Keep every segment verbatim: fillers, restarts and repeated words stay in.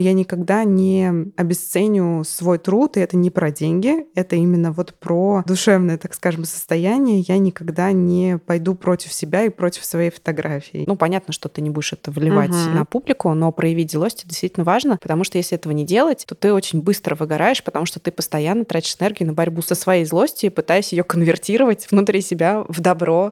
Я никогда не обесценю свой труд, и это не про деньги, это именно вот про душевное, так скажем, состояние. Я никогда не пойду против себя и против своей фотографии. Ну, понятно, что ты не будешь это вливать угу. на публику, но проявить злость действительно важно, потому что если этого не делать, то ты очень быстро выгораешь, потому что ты постоянно тратишь энергию на борьбу со своей злостью и пытаешься ее конвертировать внутри себя в добро.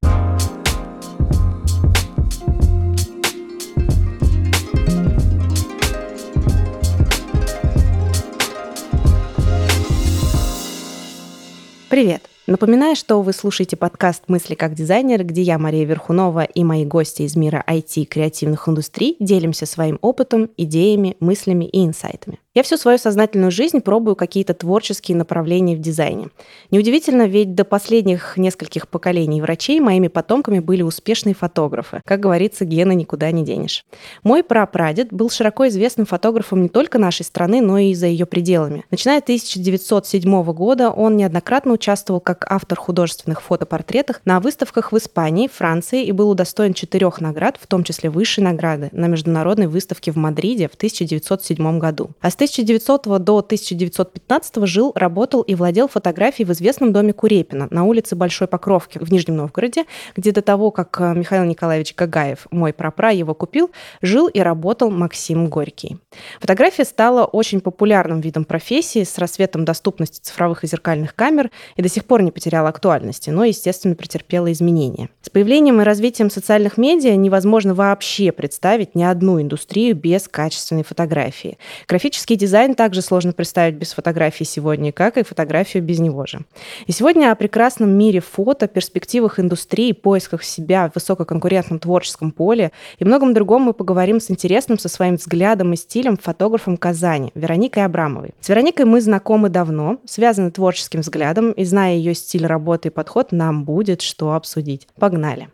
Привет! Напоминаю, что вы слушаете подкаст «Мысли как дизайнер», где я, Мария Верхунова, и мои гости из мира ай ти и креативных индустрий делимся своим опытом, идеями, мыслями и инсайтами. Я всю свою сознательную жизнь пробую какие-то творческие направления в дизайне. Неудивительно, ведь до последних нескольких поколений врачей моими потомками были успешные фотографы. Как говорится, гена никуда не денешь. Мой прапрадед был широко известным фотографом не только нашей страны, но и за ее пределами. Начиная с тысяча девятьсот седьмого года он неоднократно участвовал как автор художественных фотопортретов на выставках в Испании, Франции и был удостоен четырех наград, в том числе высшей награды, на международной выставке в Мадриде в тысяча девятьсот седьмом году. А с тысяча девятисотого до тысяча девятьсот пятнадцатого жил, работал и владел фотографией в известном доме Курепина на улице Большой Покровки в Нижнем Новгороде, где до того, как Михаил Николаевич Гагаев, мой прапра, его купил, жил и работал Максим Горький. Фотография стала очень популярным видом профессии с рассветом доступности цифровых и зеркальных камер и до сих пор не потеряла актуальности, но, естественно, претерпела изменения. С появлением и развитием социальных медиа невозможно вообще представить ни одну индустрию без качественной фотографии. Графический дизайн также сложно представить без фотографии сегодня, как и фотографию без него же. И сегодня о прекрасном мире фото, перспективах индустрии, поисках себя в высококонкурентном творческом поле и многом другом мы поговорим с интересным со своим взглядом и стилем фотографом Казани Вероникой Абрамовой. С Вероникой мы знакомы давно, связаны творческим взглядом, и, зная ее стиль работы и подход, нам будет что обсудить. Погнали!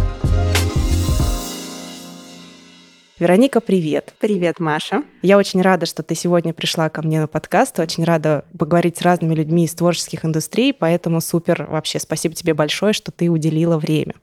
Вероника, привет. Привет, Маша. Я очень рада, что ты сегодня пришла ко мне на подкаст. Очень рада поговорить с разными людьми из творческих индустрий, поэтому супер вообще спасибо тебе большое, что ты уделила время.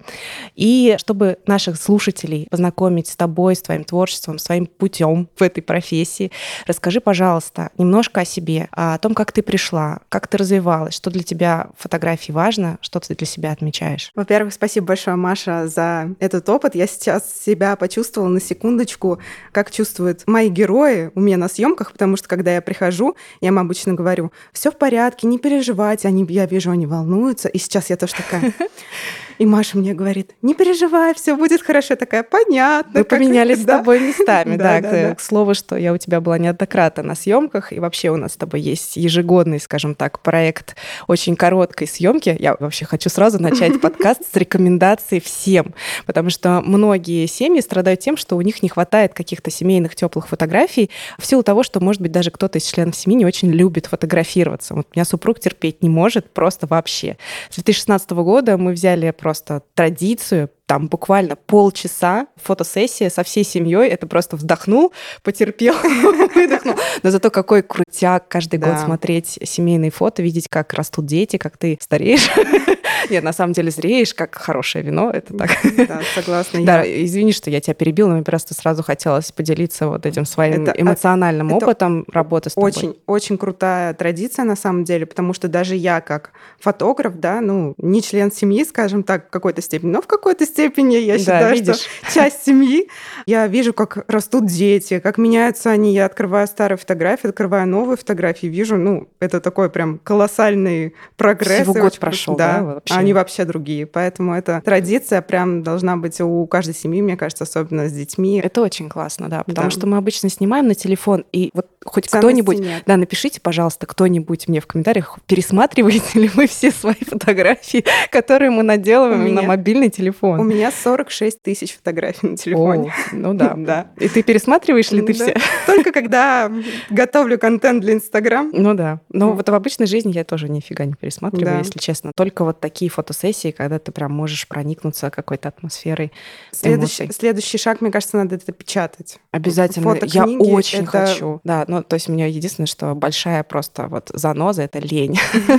И чтобы наших слушателей познакомить с тобой, с твоим творчеством, своим путем в этой профессии, расскажи, пожалуйста, немножко о себе, о том, как ты пришла, как ты развивалась, что для тебя в фотографии важно, что ты для себя отмечаешь. Во-первых, спасибо большое, Маша, за этот опыт. Я сейчас себя почувствовала на секунду, как чувствуют мои герои у меня на съемках, потому что когда я прихожу, я им обычно говорю: все в порядке, не переживайте. Они, я вижу, они волнуются. И сейчас я тоже такая. И Маша мне говорит: не переживай, все будет хорошо. Такая: понятно. Мы поменялись с тобой местами, да. да. К слову, что я у тебя была неоднократно на съемках, и вообще у нас с тобой есть ежегодный, скажем так, проект очень короткой съемки. Я вообще хочу сразу начать подкаст с рекомендаций всем, потому что многие семьи страдают тем, что у них не хватает каких-то семейных теплых фотографий в силу того, что, может быть, даже кто-то из членов семьи не очень любит фотографироваться. Вот меня супруг терпеть не может просто вообще. С две тысячи шестнадцатого года мы взяли просто традицию, там буквально полчаса фотосессия со всей семьей. Это просто вздохнул, потерпел, выдохнул. Но зато какой крутяк каждый год смотреть семейные фото, видеть, как растут дети, как ты стареешь. Нет, на самом деле зреешь, как хорошее вино. Это так. Да, согласна. Да, извини, что я тебя перебила, но мне просто сразу хотелось поделиться вот этим своим это, эмоциональным это опытом работы с тобой. Очень, очень крутая традиция на самом деле, потому что даже я как фотограф, да, ну, не член семьи, скажем так, в какой-то степени, но в какой-то степени я считаю, да, что часть семьи. Я вижу, как растут дети, как меняются они. Я открываю старые фотографии, открываю новые фотографии, вижу, ну, это такой прям колоссальный прогресс. Всего год прошел, да, да вообще. Они вообще другие. Поэтому эта традиция прям должна быть у каждой семьи, мне кажется, особенно с детьми. Это очень классно, да, потому да. что мы обычно снимаем на телефон, и вот хоть ценности кто-нибудь... Нет. Да, напишите, пожалуйста, кто-нибудь мне в комментариях, пересматриваете ли вы все свои фотографии, которые мы наделываем меня, на мобильный телефон. У меня сорок шесть тысяч фотографий на телефоне. О, ну да. да. И ты пересматриваешь ли ты да. все? Только когда готовлю контент для Инстаграм. Ну да. Но mm. вот в обычной жизни я тоже нифига не пересматриваю, да. если честно. Только вот такие фотосессии, когда ты прям можешь проникнуться какой-то атмосферой, следующий, следующий шаг, мне кажется, надо это печатать. Обязательно. Я очень это... хочу. Да, Ну, то есть у меня единственное, что большая просто вот заноза — это лень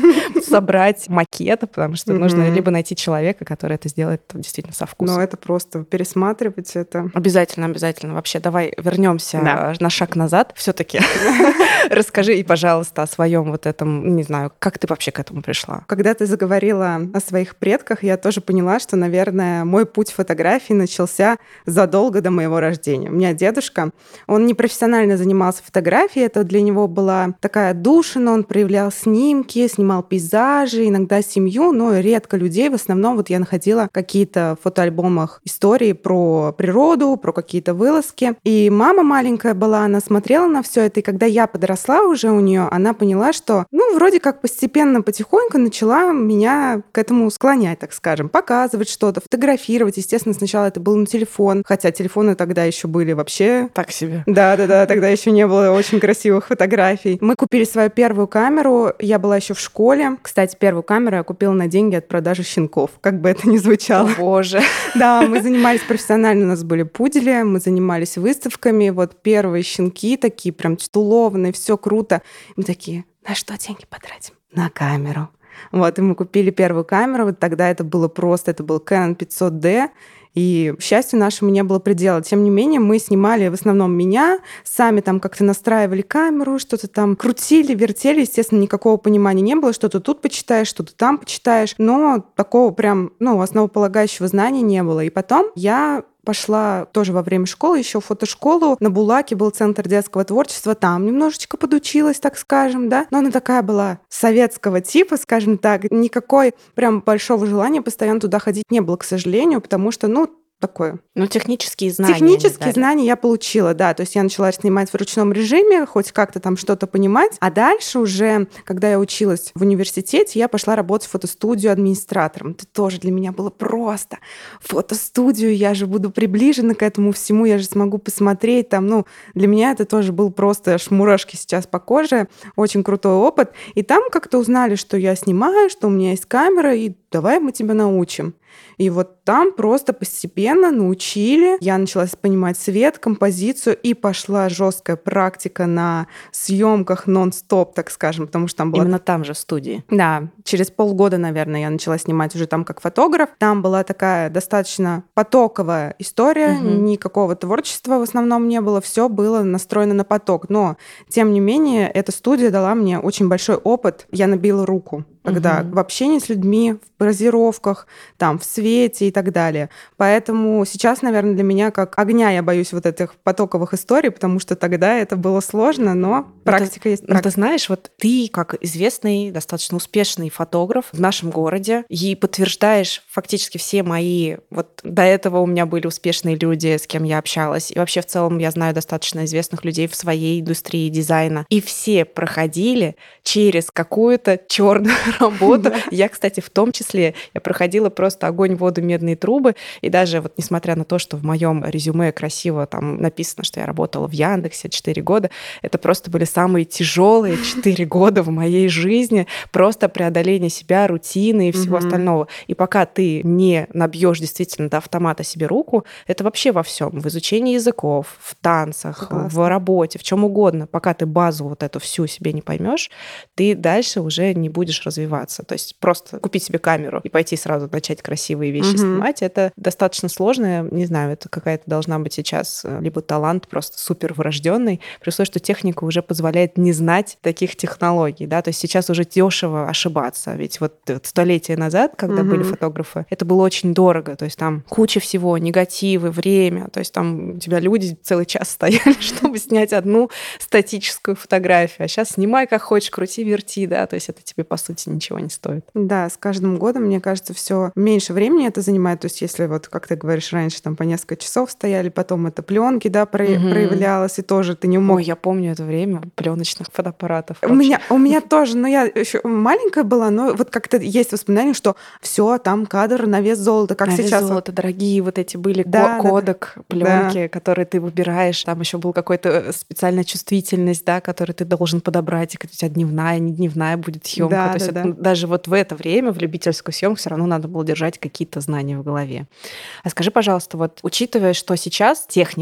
собрать макет, потому что нужно либо найти человека, который это сделает действительно со вкусом. Но это просто пересматривать это. Обязательно, обязательно. Вообще, давай вернемся да. на шаг назад. Все-таки расскажи, пожалуйста, о своем вот этом, не знаю, как ты вообще к этому пришла? Когда ты заговорила о своих предках, я тоже поняла, что, наверное, мой путь фотографии начался задолго до моего рождения. У меня дедушка, он не профессионально занимался фотографией, это для него была такая отдушина, он проявлял снимки, снимал пейзажи, иногда семью, но редко людей. В основном вот я находила какие-то в фотоальбомах истории про природу, про какие-то вылазки. И мама маленькая была, она смотрела на все это, и когда я подросла уже у нее, она поняла, что, ну, вроде как постепенно, потихоньку начала меня к этому склонять, так скажем, показывать что-то, фотографировать. Естественно, сначала это был на телефон, хотя телефоны тогда еще были вообще... Так себе. Да-да-да, тогда еще не было очень красивых фотографий. Мы купили свою первую камеру, я была еще в школе. Кстати, первую камеру я купила на деньги от продажи щенков, как бы это ни звучало. О, боже. Да, мы занимались профессионально, у нас были пудели, мы занимались выставками, вот первые щенки такие прям титулованные, все круто. Мы такие, на что деньги потратим? На камеру. Вот, и мы купили первую камеру, вот тогда это было просто, это был Canon пятьсот ди, и, к счастью, нашему не было предела. Тем не менее, мы снимали в основном меня, сами там как-то настраивали камеру, что-то там крутили, вертели. Естественно, никакого понимания не было, что-то тут почитаешь, что-то там почитаешь. Но такого прям, ну, основополагающего знания не было. И потом я пошла тоже во время школы, еще в фотошколу. На Булаке был центр детского творчества. Там немножечко подучилась, так скажем, да. Но она такая была советского типа, скажем так. Никакой прям большого желания постоянно туда ходить не было, к сожалению, потому что, ну, такое. Ну, технические знания. Технические знания я получила, да. То есть я начала снимать в ручном режиме, хоть как-то там что-то понимать. А дальше уже, когда я училась в университете, я пошла работать в фотостудию администратором. Это тоже для меня было просто. Фотостудию, я же буду приближена к этому всему, я же смогу посмотреть там. Ну, для меня это тоже был просто аж мурашки сейчас по коже. Очень крутой опыт. И там как-то узнали, что я снимаю, что у меня есть камера, и давай мы тебя научим. И вот там просто постепенно научили. Я начала понимать цвет, композицию, и пошла жесткая практика на съемках нон-стоп, так скажем, потому что там была... Именно там же, в студии. Да, через полгода, наверное, я начала снимать уже там как фотограф. Там была такая достаточно потоковая история, угу. Никакого творчества в основном не было, все было настроено на поток. Но, тем не менее, эта студия дала мне очень большой опыт. Я набила руку тогда угу. в общении с людьми, в позировках, там, в свете и так далее. Поэтому сейчас, наверное, для меня как огня я боюсь вот этих потоковых историй, потому что тогда это было сложно, но практика это, есть практика. Ну, ты знаешь, вот ты, как известный, достаточно успешный фотограф в нашем городе, и подтверждаешь фактически все мои... Вот до этого у меня были успешные люди, с кем я общалась, и вообще в целом я знаю достаточно известных людей в своей индустрии дизайна, и все проходили через какую-то черную работу. Я, кстати, в том числе, я проходила просто огонь, воду, медные трубы, и даже вот несмотря на то, что в моем резюме красиво там написано, что я работала в Яндексе четыре года, это просто были самые тяжелые четыре года в моей жизни, просто преодоление себя, рутины и всего mm-hmm. остального. И пока ты не набьешь действительно до автомата себе руку, это вообще во всем, в изучении языков, в танцах, Классно. В работе, в чем угодно, пока ты базу вот эту всю себе не поймешь, ты дальше уже не будешь развиваться. То есть просто купить себе камеру и пойти сразу начать красивые вещи mm-hmm. снимать, это достаточно сложно. Не знаю, это какая-то должна быть сейчас либо талант просто супер врожденный, при условии, что техника уже позволяет не знать таких технологий, да, то есть сейчас уже дешево ошибаться, ведь вот столетия назад, когда mm-hmm. были фотографы, это было очень дорого, то есть там куча всего, негативы, время, то есть там у тебя люди целый час стояли, чтобы снять одну статическую фотографию, а сейчас снимай как хочешь, крути, верти, да, то есть это тебе, по сути, ничего не стоит. Да, с каждым годом, мне кажется, все меньше времени это занимает, то есть если вот, как ты говоришь, раньше там по несколько часов стояли, потом это пленки, да, про- mm-hmm. проявлялось, и тоже ты не мог... Ой, я помню это время пленочных фотоаппаратов. У меня, у меня тоже, но я еще маленькая была, но вот как-то есть воспоминания, что все там кадр на вес золота, как на сейчас. Вес золота, дорогие вот эти были да, кодек, да, пленки, да. которые ты выбираешь. Там еще был какой-то специальная чувствительность, да, которую ты должен подобрать, и у тебя дневная, не дневная будет съемка. Да, То есть да, это, да. даже вот в это время в любительскую съемку все равно надо было держать какие-то знания в голове. А скажи, пожалуйста, вот учитывая, что сейчас техника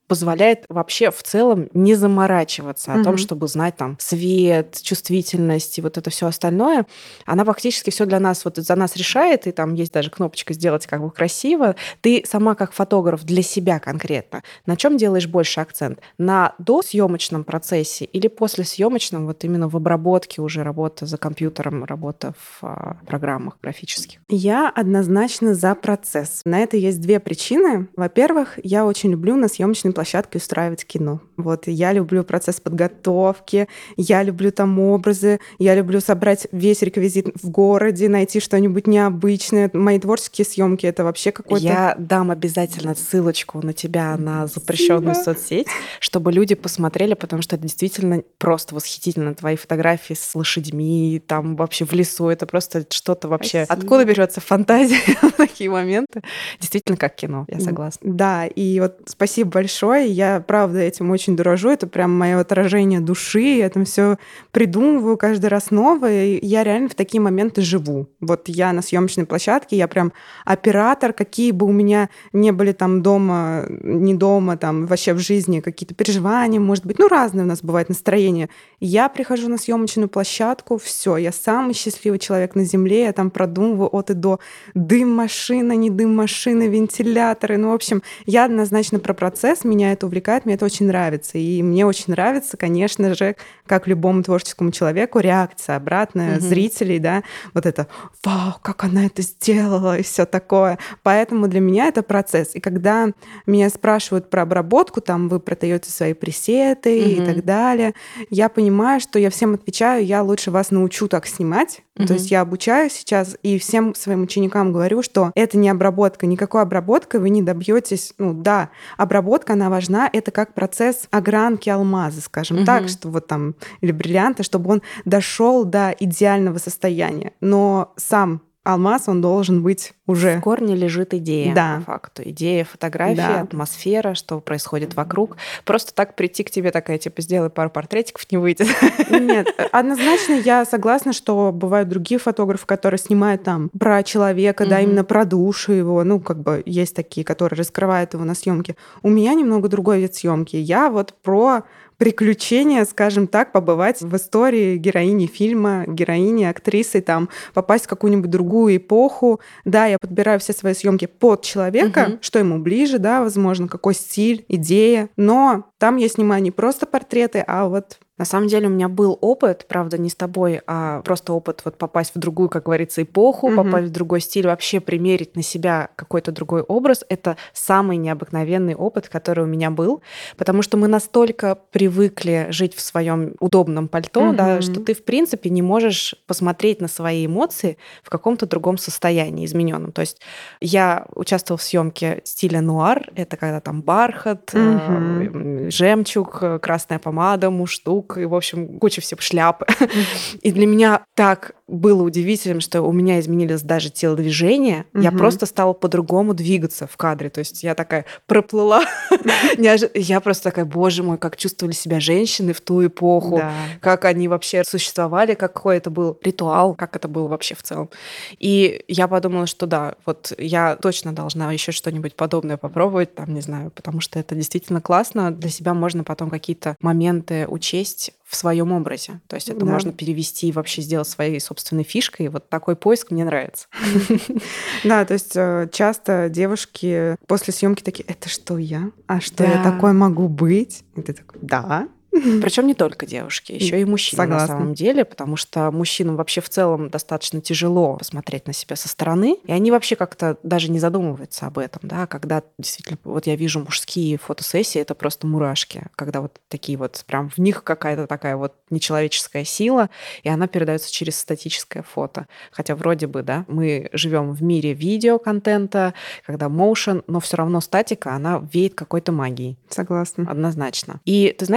позволяет вообще в целом не заморачиваться о Мгм. том, чтобы знать там свет, чувствительность и вот это все остальное. Она фактически все для нас, вот за нас решает, и там есть даже кнопочка «Сделать как бы красиво». Ты сама как фотограф для себя конкретно на чем делаешь больше акцент? На досъемочном процессе или после съемочном, вот именно в обработке уже работа за компьютером, работа в а, программах графических? Я однозначно за процесс. На это есть две причины. Во-первых, я очень люблю на съемочной площадке устраивать кино. Вот я люблю процесс подготовки, я люблю там образы, я люблю собрать весь реквизит в городе, найти что-нибудь необычное. Мои творческие съемки это вообще какой-то. Я дам обязательно ссылочку на тебя на запрещенную соцсеть, чтобы люди посмотрели, потому что это действительно просто восхитительно. Твои фотографии с лошадьми, там вообще в лесу, это просто что-то вообще. Спасибо. Откуда берется фантазия в такие моменты? Действительно, как кино, я согласна. Да, и вот спасибо большое. Я, правда, этим очень дорожу. Это прям мое отражение души. Я там все придумываю каждый раз новое. И я реально в такие моменты живу. Вот я на съемочной площадке, я прям оператор, какие бы у меня не были там дома, не дома, там вообще в жизни какие-то переживания, может быть, ну разные у нас бывает настроение. Я прихожу на съемочную площадку, все, я самый счастливый человек на земле, я там продумываю от и до дым машина, не дым машины, вентиляторы. Ну, в общем, я однозначно про процесс, меня это увлекает, мне это очень нравится. И мне очень нравится, конечно же, как любому творческому человеку, реакция обратная Мгм. зрителей, да, вот это «Вау, как она это сделала!» и все такое. Поэтому для меня это процесс. И когда меня спрашивают про обработку, там вы продаете свои пресеты и Мгм. так далее, я понимаю, что я всем отвечаю, я лучше вас научу так снимать. Мгм. То есть я обучаюсь сейчас и всем своим ученикам говорю, что это не обработка, никакой обработкой вы не добьетесь. Ну да, обработка, она важна, это как процесс огранки алмаза, скажем Мгм. так, что вот там, или бриллианта, чтобы он дошел до идеального состояния. Но сам алмаз, он должен быть В уже... корне лежит идея, Да. по факту. Идея фотографии, Да. атмосфера, что происходит вокруг. Просто так прийти к тебе такая, типа, сделай пару портретиков, не выйдет. Нет, однозначно я согласна, что бывают другие фотографы, которые снимают там про человека, да, Мгм. именно про душу его, ну, как бы есть такие, которые раскрывают его на съемке. У меня немного другой вид съемки. Я вот про приключения, скажем так, побывать в истории героини фильма, героини, актрисы, там, попасть в какую-нибудь другую эпоху. Да, я подбираю все свои съемки под человека, Мгм. что ему ближе, да, возможно, какой стиль, идея. Но там я снимаю не просто портреты, а вот... На самом деле у меня был опыт, правда, не с тобой, а просто опыт вот попасть в другую, как говорится, эпоху, Мгм. попасть в другой стиль, вообще примерить на себя какой-то другой образ. Это самый необыкновенный опыт, который у меня был, потому что мы настолько привыкли жить в своем удобном пальто, да, Мгм. что ты, в принципе, не можешь посмотреть на свои эмоции в каком-то другом состоянии, измененном. То есть я участвовала в съемке стиля нуар, это когда там бархат, Мгм. э, жемчуг, э, красная помада, мундштук, и, в общем, куча всего, шляпы. И для меня так было удивительным, что у меня изменились даже телодвижения. Я Мгм. просто стала по-другому двигаться в кадре. То есть я такая проплыла. Неожи- Я просто такая, боже мой, как чувствовали себя женщины в ту эпоху, Да. как они вообще существовали, какой это был ритуал, как это было вообще в целом. И я подумала, что да, вот я точно должна еще что-нибудь подобное попробовать, там, не знаю, потому что это действительно классно. Для себя можно потом какие-то моменты учесть в своем образе. То есть это Да. можно перевести и вообще сделать своей собственной фишкой. И вот такой поиск мне нравится. Да, то есть э, часто девушки после съемки такие: это что я? А что я Да. такой могу быть? И ты такой: да. Причем не только девушки, еще и мужчины на Согласна. самом деле, потому что мужчинам вообще в целом достаточно тяжело посмотреть на себя со стороны, и они вообще как-то даже не задумываются об этом, да, когда действительно, вот я вижу мужские фотосессии, это просто мурашки, когда вот такие вот, прям в них какая-то такая вот нечеловеческая сила, и она передается через статическое фото. Хотя вроде бы, да, мы живем в мире видеоконтента, когда motion, но все равно статика, она веет какой-то магией. Согласна. Однозначно. И ты знаешь, вот у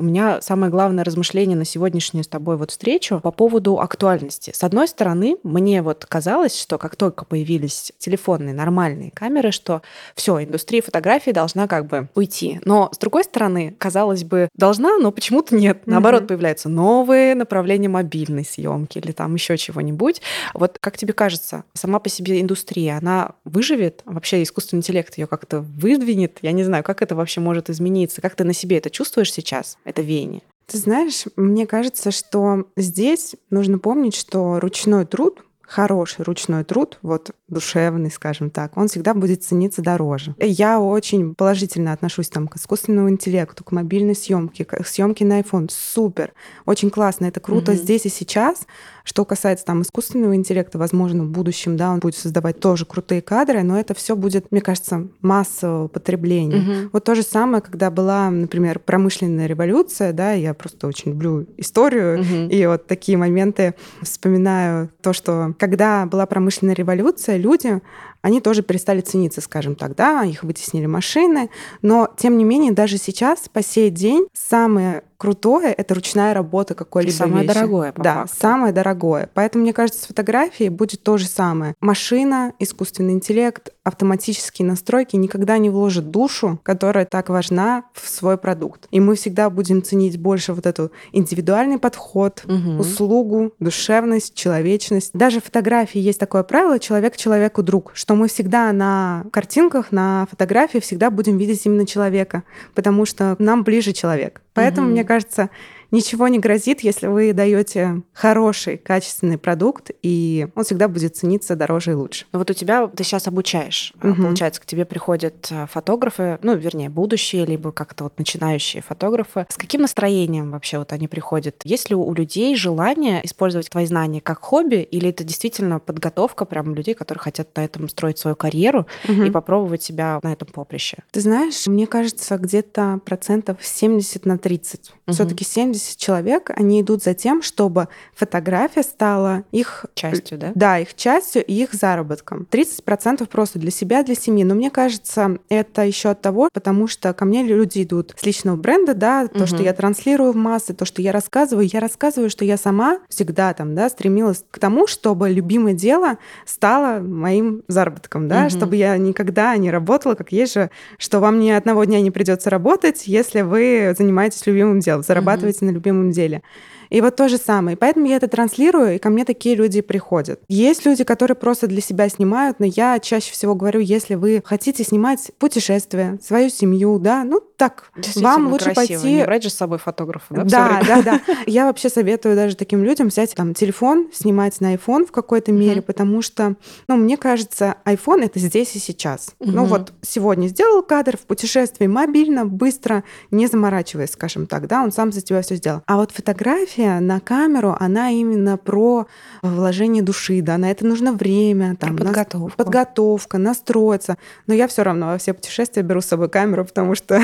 меня самое главное размышление на сегодняшнюю с тобой вот встречу по поводу актуальности. С одной стороны, мне вот казалось, что как только появились телефонные нормальные камеры, что все, индустрия фотографии должна как бы уйти. Но с другой стороны, казалось бы, должна, но почему-то нет. Наоборот, mm-hmm. появляются новые направления мобильной съемки или там еще чего-нибудь. Вот как тебе кажется, сама по себе индустрия, она выживет? Вообще искусственный интеллект ее как-то выдвинет? Я не знаю, как это вообще может измениться? Как ты на себе это чувствуешь сейчас, это веяние? Ты знаешь, мне кажется, что здесь нужно помнить, что ручной труд, хороший ручной труд, вот душевный, скажем так, он всегда будет цениться дороже. Я очень положительно отношусь там, к искусственному интеллекту, к мобильной съемке, к съемке на iPhone. Супер, очень классно, это круто mm-hmm. здесь и сейчас. Что касается там искусственного интеллекта, возможно, в будущем, да, он будет создавать тоже крутые кадры, но это все будет, мне кажется, массового потребления. Mm-hmm. Вот то же самое, когда была, например, промышленная революция, да, я просто очень люблю историю, mm-hmm. и вот такие моменты вспоминаю то, что когда была промышленная революция, люди, они тоже перестали цениться, скажем так, да, их вытеснили машины, но, тем не менее, даже сейчас, по сей день, самое крутое — это ручная работа какой-либо вещи. Самое дорогое, по Да, факту. самое дорогое. Поэтому, мне кажется, с фотографией будет то же самое. Машина, искусственный интеллект, автоматические настройки никогда не вложат душу, которая так важна в свой продукт. И мы всегда будем ценить больше вот эту индивидуальный подход, угу. услугу, душевность, человечность. Даже в фотографии есть такое правило «человек человеку друг», что мы всегда на картинках, на фотографии всегда будем видеть именно человека, потому что нам ближе человек. Поэтому, угу. мне кажется, ничего не грозит, если вы даете хороший, качественный продукт, и он всегда будет цениться дороже и лучше. Вот у тебя, ты сейчас обучаешь, угу. получается, к тебе приходят фотографы, ну, вернее, будущие, либо как-то вот начинающие фотографы. С каким настроением вообще вот они приходят? Есть ли у людей желание использовать твои знания как хобби, или это действительно подготовка прям людей, которые хотят на этом строить свою карьеру угу. и попробовать себя на этом поприще? Ты знаешь, мне кажется, где-то процентов семьдесят на тридцать. Угу. Все-таки семьдесят человек, они идут за тем, чтобы фотография стала их частью, да? Да, их частью и их заработком. тридцать процентов просто для себя, для семьи. Но мне кажется, это еще от того, потому что ко мне люди идут с личного бренда, да, то, угу. что я транслирую в массы, то, что я рассказываю. Я рассказываю, что я сама всегда там, да, стремилась к тому, чтобы любимое дело стало моим заработком, да, угу. чтобы я никогда не работала, как есть же, что вам ни одного дня не придется работать, если вы занимаетесь любимым делом, зарабатываете угу. на любимом деле. И вот то же самое. И поэтому я это транслирую, и ко мне такие люди приходят. Есть люди, которые просто для себя снимают, но я чаще всего говорю, если вы хотите снимать путешествия, свою семью, да, ну так, вам лучше красиво. пойти... Не брать же с собой фотографа, да? Да, да, да. Я вообще советую даже таким людям взять там телефон, снимать на iPhone в какой-то мере, mm-hmm. потому что, ну, мне кажется, iPhone — это здесь и сейчас. Mm-hmm. Ну вот сегодня сделал кадр в путешествии мобильно, быстро, не заморачиваясь, скажем так, да, он сам за тебя все сделал. А вот фотография на камеру, она именно про вложение души, да, на это нужно время, там, подготовка. Нас... подготовка, настроиться. Но я все равно во все путешествия беру с собой камеру, потому что...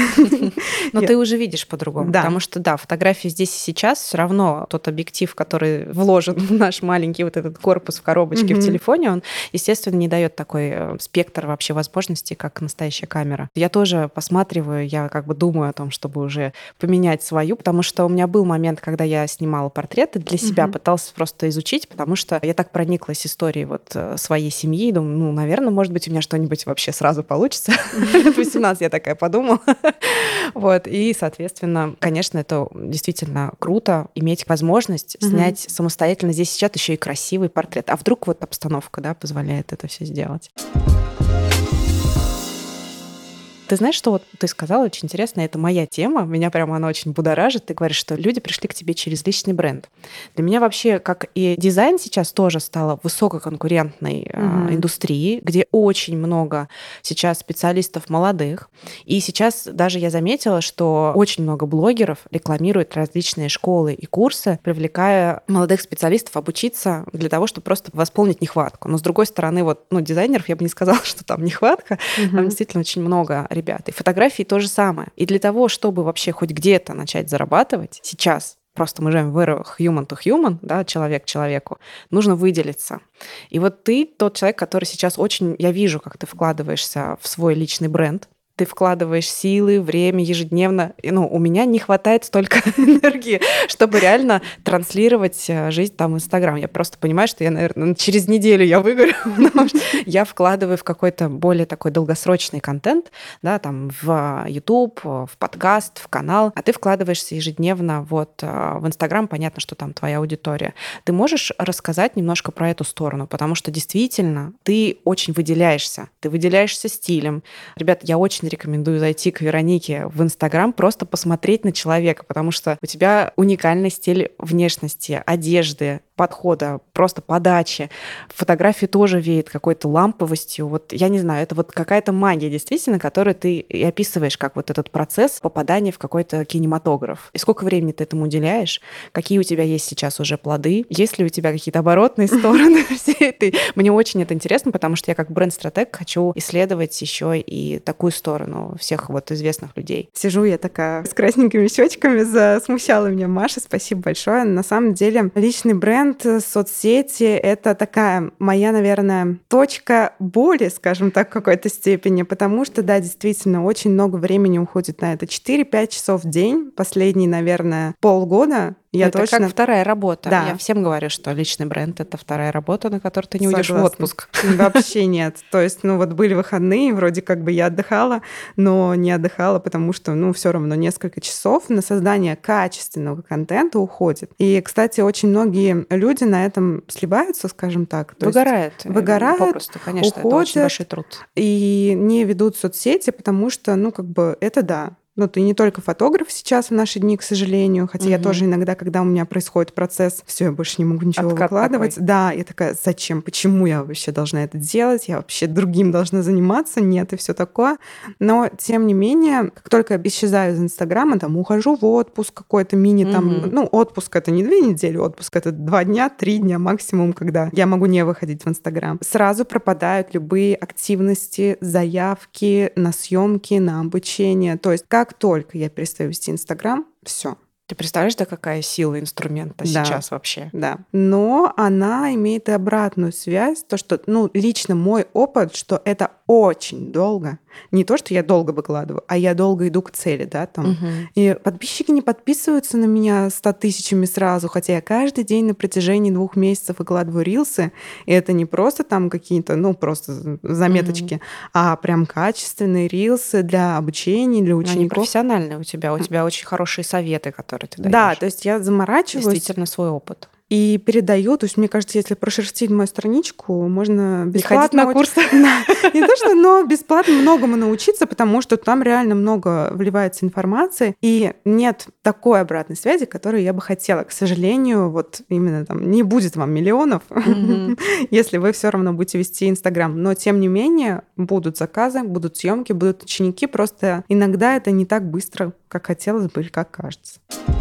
Но ты уже видишь по-другому, да. потому что, да, фотографии здесь и сейчас все равно тот объектив, который вложен в наш маленький вот этот корпус в коробочке mm-hmm. в телефоне, он, естественно, не дает такой спектр вообще возможностей, как настоящая камера. Я тоже посматриваю, я как бы думаю о том, чтобы уже поменять свою, потому что у меня был момент, когда я снимала портреты для себя, mm-hmm. пыталась просто изучить, потому что я так прониклась историей вот своей семьи, думаю, ну, наверное, может быть, у меня что-нибудь вообще сразу получится. В восемнадцать я такая подумала. Вот, и, соответственно, конечно, это действительно круто иметь возможность mm-hmm. снять самостоятельно здесь сейчас еще и красивый портрет. А вдруг вот обстановка, да, позволяет это все сделать? Ты знаешь, что вот ты сказала, очень интересно, это моя тема, меня прямо она очень будоражит. Ты говоришь, что люди пришли к тебе через личный бренд. Для меня вообще, как и дизайн сейчас тоже стала высококонкурентной mm-hmm. э, индустрией, где очень много сейчас специалистов молодых. И сейчас даже я заметила, что очень много блогеров рекламируют различные школы и курсы, привлекая молодых специалистов обучиться для того, чтобы просто восполнить нехватку. Но с другой стороны, вот, ну, дизайнеров я бы не сказала, что там нехватка, mm-hmm. там действительно очень много ребят. И фотографии то же самое. И для того, чтобы вообще хоть где-то начать зарабатывать, сейчас просто мы живем в эру human to human, да, человек человеку, нужно выделиться. И вот ты тот человек, который сейчас очень, я вижу, как ты вкладываешься в свой личный бренд, ты вкладываешь силы, время ежедневно. И, ну, у меня не хватает столько энергии, чтобы реально транслировать жизнь там в Инстаграм. Я просто понимаю, что я, наверное, через неделю я выгорю, потому что я вкладываю в какой-то более такой долгосрочный контент, да, там в YouTube, в подкаст, в канал, а ты вкладываешься ежедневно вот в Инстаграм, понятно, что там твоя аудитория. Ты можешь рассказать немножко про эту сторону, потому что действительно ты очень выделяешься, ты выделяешься стилем. Ребят, я очень рекомендую зайти к Веронике в Инстаграм, просто посмотреть на человека, потому что у тебя уникальный стиль внешности, одежды, подхода, просто подачи. Фотографии тоже веет какой-то ламповостью. Вот я не знаю, это вот какая-то магия действительно, которую ты и описываешь, как вот этот процесс попадания в какой-то кинематограф. И сколько времени ты этому уделяешь? Какие у тебя есть сейчас уже плоды? Есть ли у тебя какие-то оборотные стороны всей этой? Мне очень это интересно, потому что я как бренд-стратег хочу исследовать еще и такую сторону всех вот известных людей. Сижу я такая с красненькими щечками, засмущала меня Маша, спасибо большое. На самом деле личный бренд, соцсети — это такая моя, наверное, точка боли, скажем так, в какой-то степени, потому что, да, действительно, очень много времени уходит на это. четыре-пять часов в день, последние, наверное, полгода. Я это точно... как вторая работа. Да. Я всем говорю, что личный бренд — это вторая работа, на которой ты не уйдешь в отпуск. Вообще нет. То есть, ну вот были выходные, вроде как бы я отдыхала, но не отдыхала, потому что, ну, все равно несколько часов на создание качественного контента уходит. И, кстати, очень многие люди на этом сливаются, скажем так. То выгорают. Есть выгорают, попросту, конечно, уходят, это очень большой труд. И не ведут соцсети, потому что, ну, как бы это да. Ну, ты не только фотограф сейчас в наши дни, к сожалению, хотя угу. я тоже иногда, когда у меня происходит процесс, все, я больше не могу ничего Откат выкладывать. Такой. Да, я такая, зачем, почему я вообще должна это делать? Я вообще другим должна заниматься? Нет, и все такое. Но, тем не менее, как только я исчезаю из Инстаграма, там, ухожу в отпуск какой-то мини, там, угу. ну, отпуск — это не две недели, отпуск — это два дня, три дня максимум, когда я могу не выходить в Инстаграм. Сразу пропадают любые активности, заявки на съемки, на обучение. То есть, как только я перестаю вести Инстаграм, все. Ты представляешь, да, какая сила инструмента да, сейчас вообще? Да. Но она имеет и обратную связь, то, что, ну, лично мой опыт, что это очень долго. Не то, что я долго выкладываю, а я долго иду к цели, да, там. Угу. И подписчики не подписываются на меня ста тысячами сразу, хотя я каждый день на протяжении двух месяцев выкладываю рилсы, и это не просто там какие-то, ну, просто заметочки, угу. а прям качественные рилсы для обучения, для учеников. Они профессиональные у тебя, у тебя очень хорошие советы, которые ты даешь. Да, то есть я заморачиваюсь. Действительно свой опыт. И передаю, то есть мне кажется, если прошерстить мою страничку, можно бесплатно... Не ходить на курсы. Не то, что, но бесплатно многому научиться, потому что там реально много вливается информации, и нет такой обратной связи, которую я бы хотела. К сожалению, вот именно там не будет вам миллионов, если вы все равно будете вести Инстаграм. Но, тем не менее, будут заказы, будут съемки, будут ученики. Просто иногда это не так быстро, как хотелось бы или как кажется.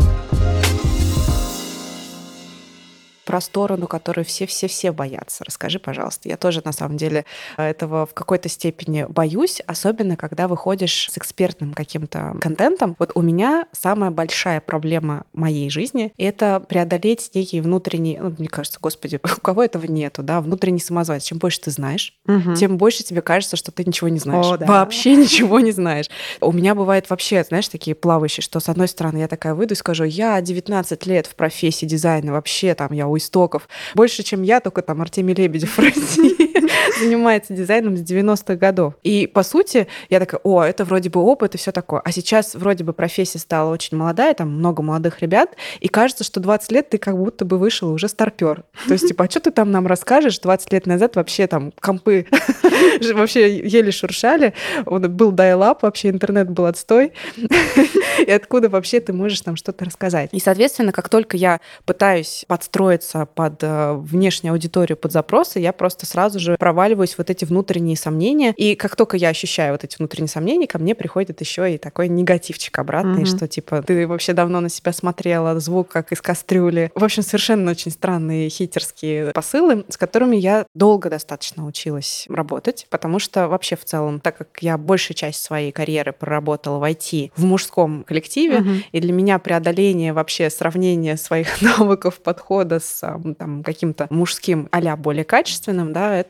Про сторону, которую все-все-все боятся. Расскажи, пожалуйста. Я тоже, на самом деле, этого в какой-то степени боюсь, особенно когда выходишь с экспертным каким-то контентом. Вот у меня самая большая проблема моей жизни — это преодолеть некий внутренний, ну, мне кажется, господи, у кого этого нету, да, внутренний самозванец. Чем больше ты знаешь, угу. тем больше тебе кажется, что ты ничего не знаешь. О, да. Вообще ничего не знаешь. У меня бывает вообще, знаешь, такие плавающие, что, с одной стороны, я такая выйду и скажу, я девятнадцать лет в профессии дизайна, вообще там я у истоков. Больше, чем я, только там Артемий Лебедев в России занимается дизайном с девяностых годов. И, по сути, я такая, о, это вроде бы опыт и все такое. А сейчас вроде бы профессия стала очень молодая, там много молодых ребят, и кажется, что двадцать лет ты как будто бы вышел и уже старпер. То есть, типа, а что ты там нам расскажешь? двадцать лет назад вообще там компы вообще еле шуршали, был дайлап, вообще интернет был отстой. И откуда вообще ты можешь там что-то рассказать? И, соответственно, как только я пытаюсь подстроиться под э, внешнюю аудиторию, под запросы, я просто сразу же проваливаюсь в вот эти внутренние сомнения. И как только я ощущаю вот эти внутренние сомнения, ко мне приходит еще и такой негативчик обратный, mm-hmm. что типа ты вообще давно на себя смотрела, звук как из кастрюли. В общем, совершенно очень странные хитерские посылы, с которыми я долго достаточно училась работать, потому что вообще в целом, так как я большую часть своей карьеры проработала в ай ти в мужском коллективе, mm-hmm. и для меня преодоление вообще сравнения своих навыков подхода с там, каким-то мужским а-ля более качественным, да, это сопровождается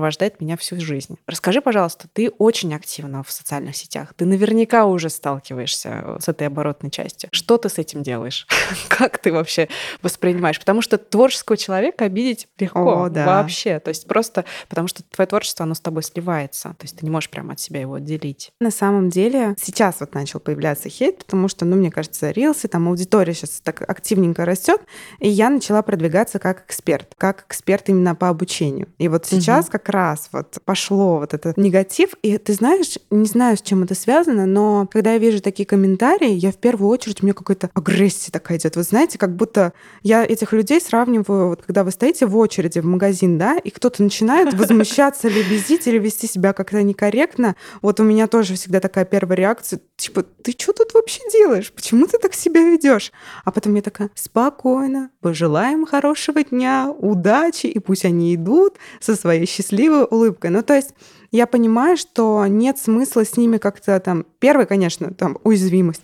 сопровождает меня всю жизнь. Расскажи, пожалуйста, ты очень активна в социальных сетях. Ты наверняка уже сталкиваешься с этой оборотной частью. Что ты с этим делаешь? Как ты вообще воспринимаешь? Потому что творческого человека обидеть легко. О, да. Вообще. То есть просто потому что твое творчество, оно с тобой сливается. То есть ты не можешь прямо от себя его отделить. На самом деле сейчас вот начал появляться хейт, потому что, ну, мне кажется, рилсы, там аудитория сейчас так активненько растет, и я начала продвигаться как эксперт, как эксперт именно по обучению. И вот сейчас угу. как раз вот пошло вот этот негатив, и ты знаешь, не знаю, с чем это связано, но когда я вижу такие комментарии, я в первую очередь, у меня какая-то агрессия такая идет. Вы знаете, как будто я этих людей сравниваю, вот когда вы стоите в очереди в магазин, да, и кто-то начинает возмущаться, лебезить или вести себя как-то некорректно. Вот у меня тоже всегда такая первая реакция, типа, ты что тут вообще делаешь? Почему ты так себя ведешь? А потом я такая, спокойно, пожелаем хорошего дня, удачи, и пусть они идут со своей счастливой улыбкой. Ну, то есть я понимаю, что нет смысла с ними как-то там... Первый, конечно, там уязвимость.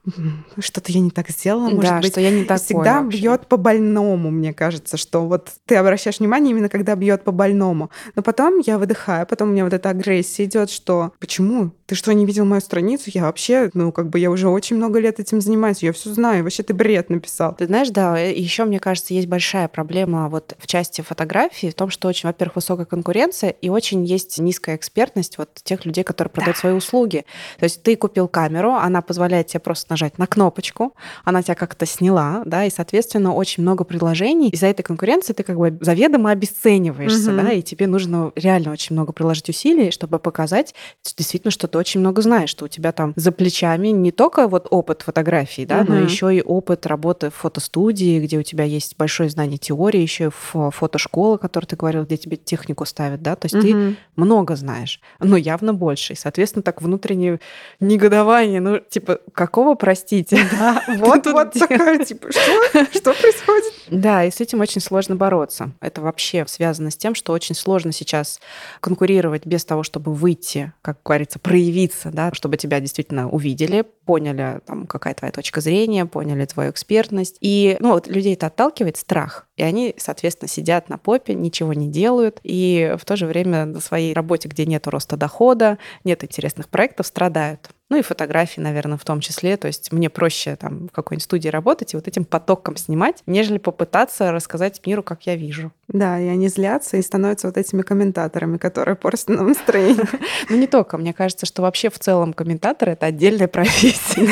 Что-то я не так сделала, может да, быть. Что я не такой всегда вообще. Бьет по больному, мне кажется, что вот ты обращаешь внимание именно когда бьет по больному. Но потом я выдыхаю, потом у меня вот эта агрессия идет, что почему? Ты что, не видел мою страницу? Я вообще, ну, как бы я уже очень много лет этим занимаюсь, я все знаю, вообще ты бред написал. Ты знаешь, да, еще, мне кажется, есть большая проблема вот в части фотографии, в том, что очень, во-первых, высокая конкуренция и очень есть низкая экспертность вот тех людей, которые продают да. свои услуги. То есть ты купил камеру, она позволяет тебе просто нажать на кнопочку, она тебя как-то сняла, да, и, соответственно, очень много предложений. Из-за этой конкуренции ты как бы заведомо обесцениваешься, угу. да, и тебе нужно реально очень много приложить усилий, чтобы показать действительно, что ты очень много знаешь, что у тебя там за плечами не только вот опыт фотографии, да, угу. но еще и опыт работы в фотостудии, где у тебя есть большое знание теории, еще и фотошкола, которую ты говорил, где тебе технику ставят, да, то есть угу. ты много знаешь, но явно больше. И, соответственно, так внутреннее негодование, ну, типа, какого, простите? Да, вот, вот такая, типа, что? Что происходит? Да, и с этим очень сложно бороться. Это вообще связано с тем, что очень сложно сейчас конкурировать без того, чтобы выйти, как говорится, проявиться, да, чтобы тебя действительно увидели, поняли, там, какая твоя точка зрения, поняли твою экспертность. И, ну, вот людей это отталкивает страх. И они, соответственно, сидят на попе, ничего не делают, и в то же время на своей работе, где нет роста дохода, нет интересных проектов, страдают. Ну и фотографии, наверное, в том числе. То есть мне проще там в какой-нибудь студии работать и вот этим потоком снимать, нежели попытаться рассказать миру, как я вижу. Да, и они злятся и становятся вот этими комментаторами, которые портят нам настроение. Ну не только. Мне кажется, что вообще в целом комментатор — это отдельная профессия.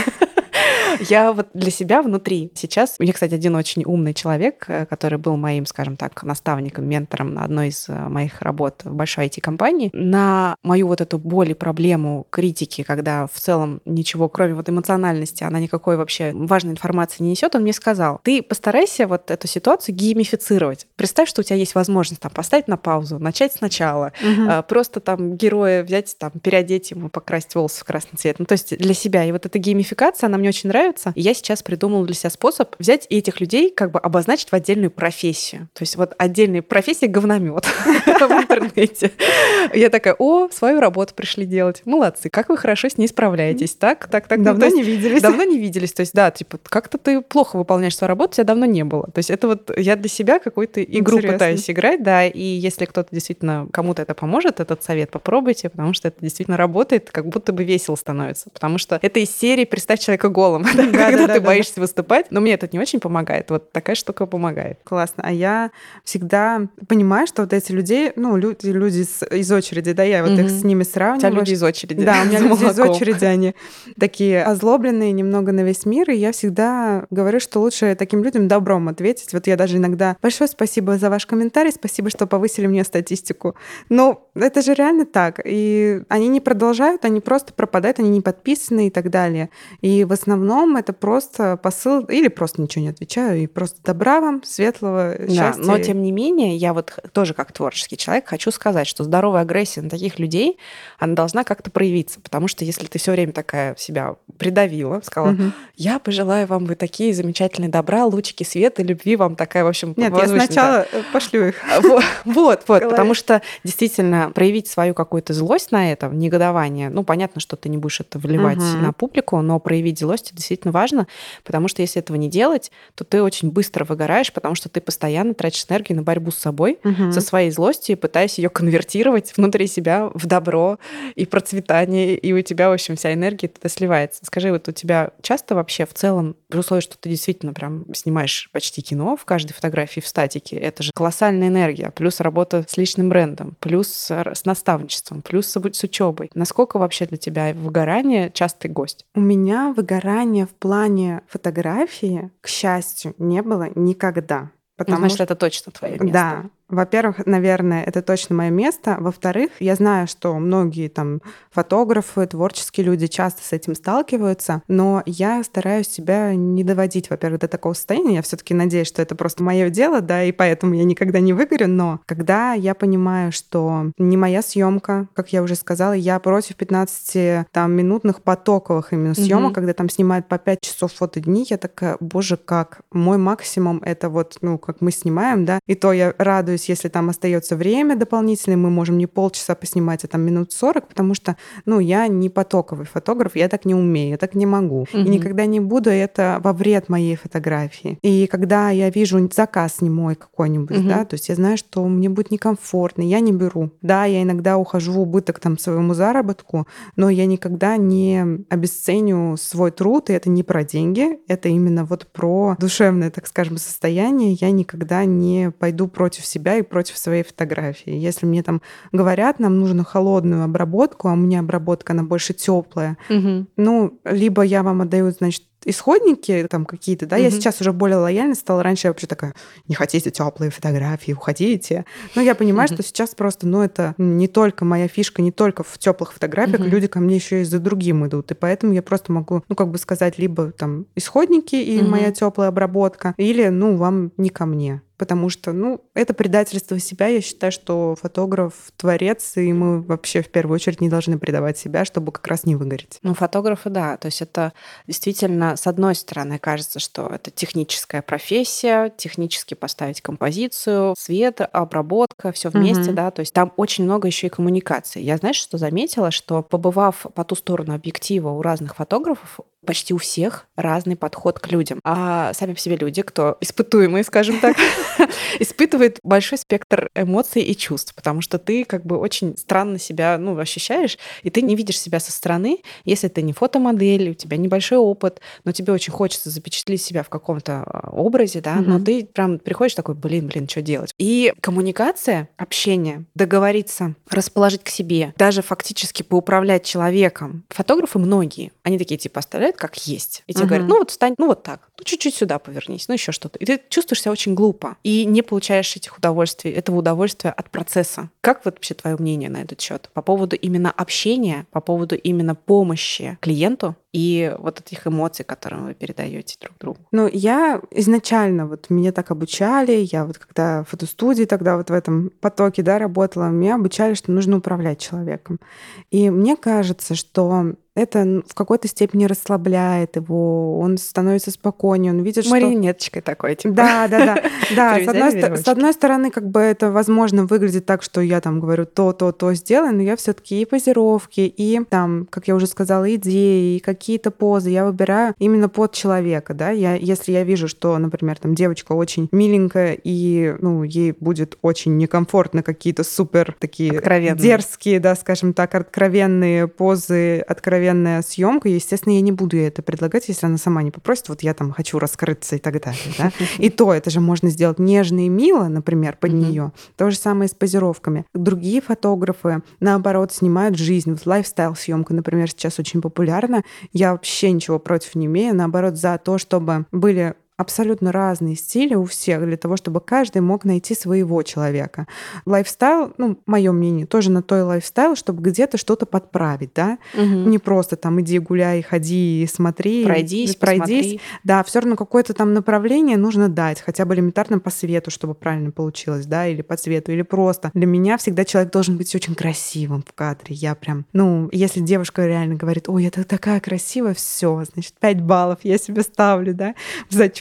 Я вот для себя внутри сейчас... У меня, кстати, один очень умный человек, который был моим, скажем так, наставником, ментором на одной из моих работ в большой ай ти-компании. На мою вот эту боль и проблему критики, когда в целом ничего, кроме вот эмоциональности, она никакой вообще важной информации не несет, он мне сказал: ты постарайся вот эту ситуацию геймифицировать. Представь, что у тебя есть возможность там поставить на паузу, начать сначала, угу. просто там героя взять, там, переодеть ему, покрасить волосы в красный цвет. Ну, то есть для себя. И вот эта геймификация, она мне очень нравится. И я сейчас придумала для себя способ взять этих людей, как бы обозначить в отдельную профессию. То есть вот отдельная профессия — говномет в интернете. Я такая: о, свою работу пришли делать. Молодцы, как вы хорошо с ней справляетесь. Так, так, так. Давно не виделись. Давно не виделись. То есть, да, типа, как-то ты плохо выполняешь свою работу, тебя давно не было. То есть это вот я для себя какую-то игру Интересно. пытаюсь играть, да, и если кто-то действительно, кому-то это поможет, этот совет, попробуйте, потому что это действительно работает, как будто бы весело становится. Потому что это из серии «Представь человека голым», да, да, когда да, ты да, боишься да. выступать. Но мне это не очень помогает. Вот такая штука помогает. Классно. А я всегда понимаю, что вот эти люди, ну, люди, люди из очереди, да, я вот mm-hmm. их с ними сравниваю. У тебя люди из очереди. Да, у меня люди из очереди, они такие озлобленные немного на весь мир, и я всегда говорю, что лучше таким людям добром ответить. Вот я даже иногда: большое спасибо за ваш комментарий, спасибо, что повысили мне статистику. Ну, это же реально так. И они не продолжают, они просто пропадают, они не подписаны и так далее. И в основном это просто посыл, или просто ничего не отвечаю, и просто добра вам, светлого, да, счастья. Но тем не менее, я вот тоже как творческий человек хочу сказать, что здоровая агрессия на таких людей, она должна как-то проявиться, потому что если ты все время такая себя придавила, сказала: угу. я пожелаю вам, вы такие замечательные, добра, лучики света, любви вам, такая, в общем... Нет, я сначала да. пошлю их. Вот, вот, вот потому что действительно проявить свою какую-то злость на это, негодование, ну, понятно, что ты не будешь это вливать угу. на публику, но проявить злость — это действительно важно, потому что если этого не делать, то ты очень быстро выгораешь, потому что ты постоянно тратишь энергию на борьбу с собой, угу. со своей злостью, пытаясь ее конвертировать внутри себя в добро и процветание, и у тебя, в общем, вся энергия туда сливается. Скажи, вот у тебя часто вообще в целом, при условии, что ты действительно прям снимаешь почти кино в каждой фотографии в статике, это же колоссальная энергия, плюс работа с личным брендом, плюс с наставничеством, плюс с учебой. Насколько вообще для тебя выгорание частый гость? У меня выгорания в плане фотографии, к счастью, не было никогда. Потому ну, значит, что... это точно твое место. Да. Во-первых, наверное, это точно мое место. Во-вторых, я знаю, что многие там фотографы, творческие люди часто с этим сталкиваются, но я стараюсь себя не доводить, во-первых, до такого состояния. Я все-таки надеюсь, что это просто мое дело, да, и поэтому я никогда не выгорю. Но когда я понимаю, что не моя съемка, как я уже сказала, я против пятнадцати там минутных потоковых именно съемок, mm-hmm. когда там снимают по пять часов фотодни, я такая, боже, как мой максимум это вот, ну, как мы снимаем, да, и то я радуюсь, если там остается время дополнительное, мы можем не полчаса поснимать, а там минут сорок, потому что, ну, я не потоковый фотограф, я так не умею, я так не могу. Угу. И никогда не буду, это во вред моей фотографии. И когда я вижу заказ не мой какой-нибудь, угу. да, то есть я знаю, что мне будет некомфортно, я не беру. Да, я иногда ухожу в убыток там своему заработку, но я никогда не обесценю свой труд, и это не про деньги, это именно вот про душевное, так скажем, состояние. Я никогда не пойду против себя и против своей фотографии. Если мне там говорят, нам нужно холодную обработку, а у меня обработка, она больше теплая, угу. ну, либо я вам отдаю, значит, исходники там какие-то, да, mm-hmm. я сейчас уже более лояльна стала. Раньше я вообще такая, не хотите теплые фотографии, уходите. Но я понимаю, mm-hmm. что сейчас просто, ну, это не только моя фишка, не только в теплых фотографиях, mm-hmm. люди ко мне еще и за другим идут. И поэтому я просто могу, ну, как бы сказать, либо там исходники и mm-hmm. моя теплая обработка, или, ну, вам не ко мне. Потому что, ну, это предательство себя. Я считаю, что фотограф — творец, и мы вообще в первую очередь не должны предавать себя, чтобы как раз не выгореть. Ну, фотографы, да. То есть это действительно, с одной стороны, кажется, что это техническая профессия, технически поставить композицию, свет, обработка, все вместе, угу. да. То есть там очень много еще и коммуникации. Я, знаешь, что заметила, что побывав по ту сторону объектива у разных фотографов, почти у всех разный подход к людям. А сами по себе люди, кто испытуемые, скажем так, испытывает большой спектр эмоций и чувств, потому что ты как бы очень странно себя, ну, ощущаешь, и ты не видишь себя со стороны, если ты не фотомодель, у тебя небольшой опыт, но тебе очень хочется запечатлеть себя в каком-то образе, да, mm-hmm. но ты прям приходишь такой, блин, блин, что делать? И коммуникация, общение, договориться, расположить к себе, даже фактически поуправлять человеком. Фотографы многие, они такие типа оставляют как есть. И тебе uh-huh. говорят, ну вот встань, ну вот так, ну чуть-чуть сюда повернись, ну еще что-то. И ты чувствуешь себя очень глупо. И не получаешь этих удовольствий, этого удовольствия от процесса. Как вот вообще твое мнение на этот счет? По поводу именно общения, по поводу именно помощи клиенту и вот этих эмоций, которые вы передаете друг другу? Ну, я изначально, вот меня так обучали, я вот когда в фотостудии тогда вот в этом потоке, да, работала, меня обучали, что нужно управлять человеком. И мне кажется, что это в какой-то степени расслабляет его, он становится спокойнее, он видит, что... Марионеточкой такой, типа. Да, да, да. да с, одной, с одной стороны, как бы это, возможно, выглядит так, что я там говорю то, то, то сделай, но я все-таки и позировки, и там, как я уже сказала, идеи, и какие-то позы я выбираю именно под человека, да. Я, если я вижу, что, например, там девочка очень миленькая, и, ну, ей будет очень некомфортно какие-то супер такие дерзкие, да, скажем так, откровенные позы, откровенные съемка, естественно, я не буду ей это предлагать, если она сама не попросит, вот я там хочу раскрыться и так далее. Да? И то это же можно сделать нежно и мило, например, под нее. То же самое с позировками. Другие фотографы, наоборот, снимают жизнь. Вот лайфстайл-съемка, например, сейчас очень популярна. Я вообще ничего против не имею. Наоборот, за то, чтобы были абсолютно разные стили у всех, для того, чтобы каждый мог найти своего человека. Лайфстайл, ну, мое мнение, тоже на то и лайфстайл, чтобы где-то что-то подправить, да, угу. не просто там иди гуляй, ходи, смотри, пройдись, пройдись. Посмотри. Да, все равно какое-то там направление нужно дать, хотя бы элементарно по свету, чтобы правильно получилось, да, или по цвету, или просто. Для меня всегда человек должен быть очень красивым в кадре. Я прям, ну, если девушка реально говорит, ой, это такая красивая, все, значит, пять баллов я себе ставлю, да, в зачет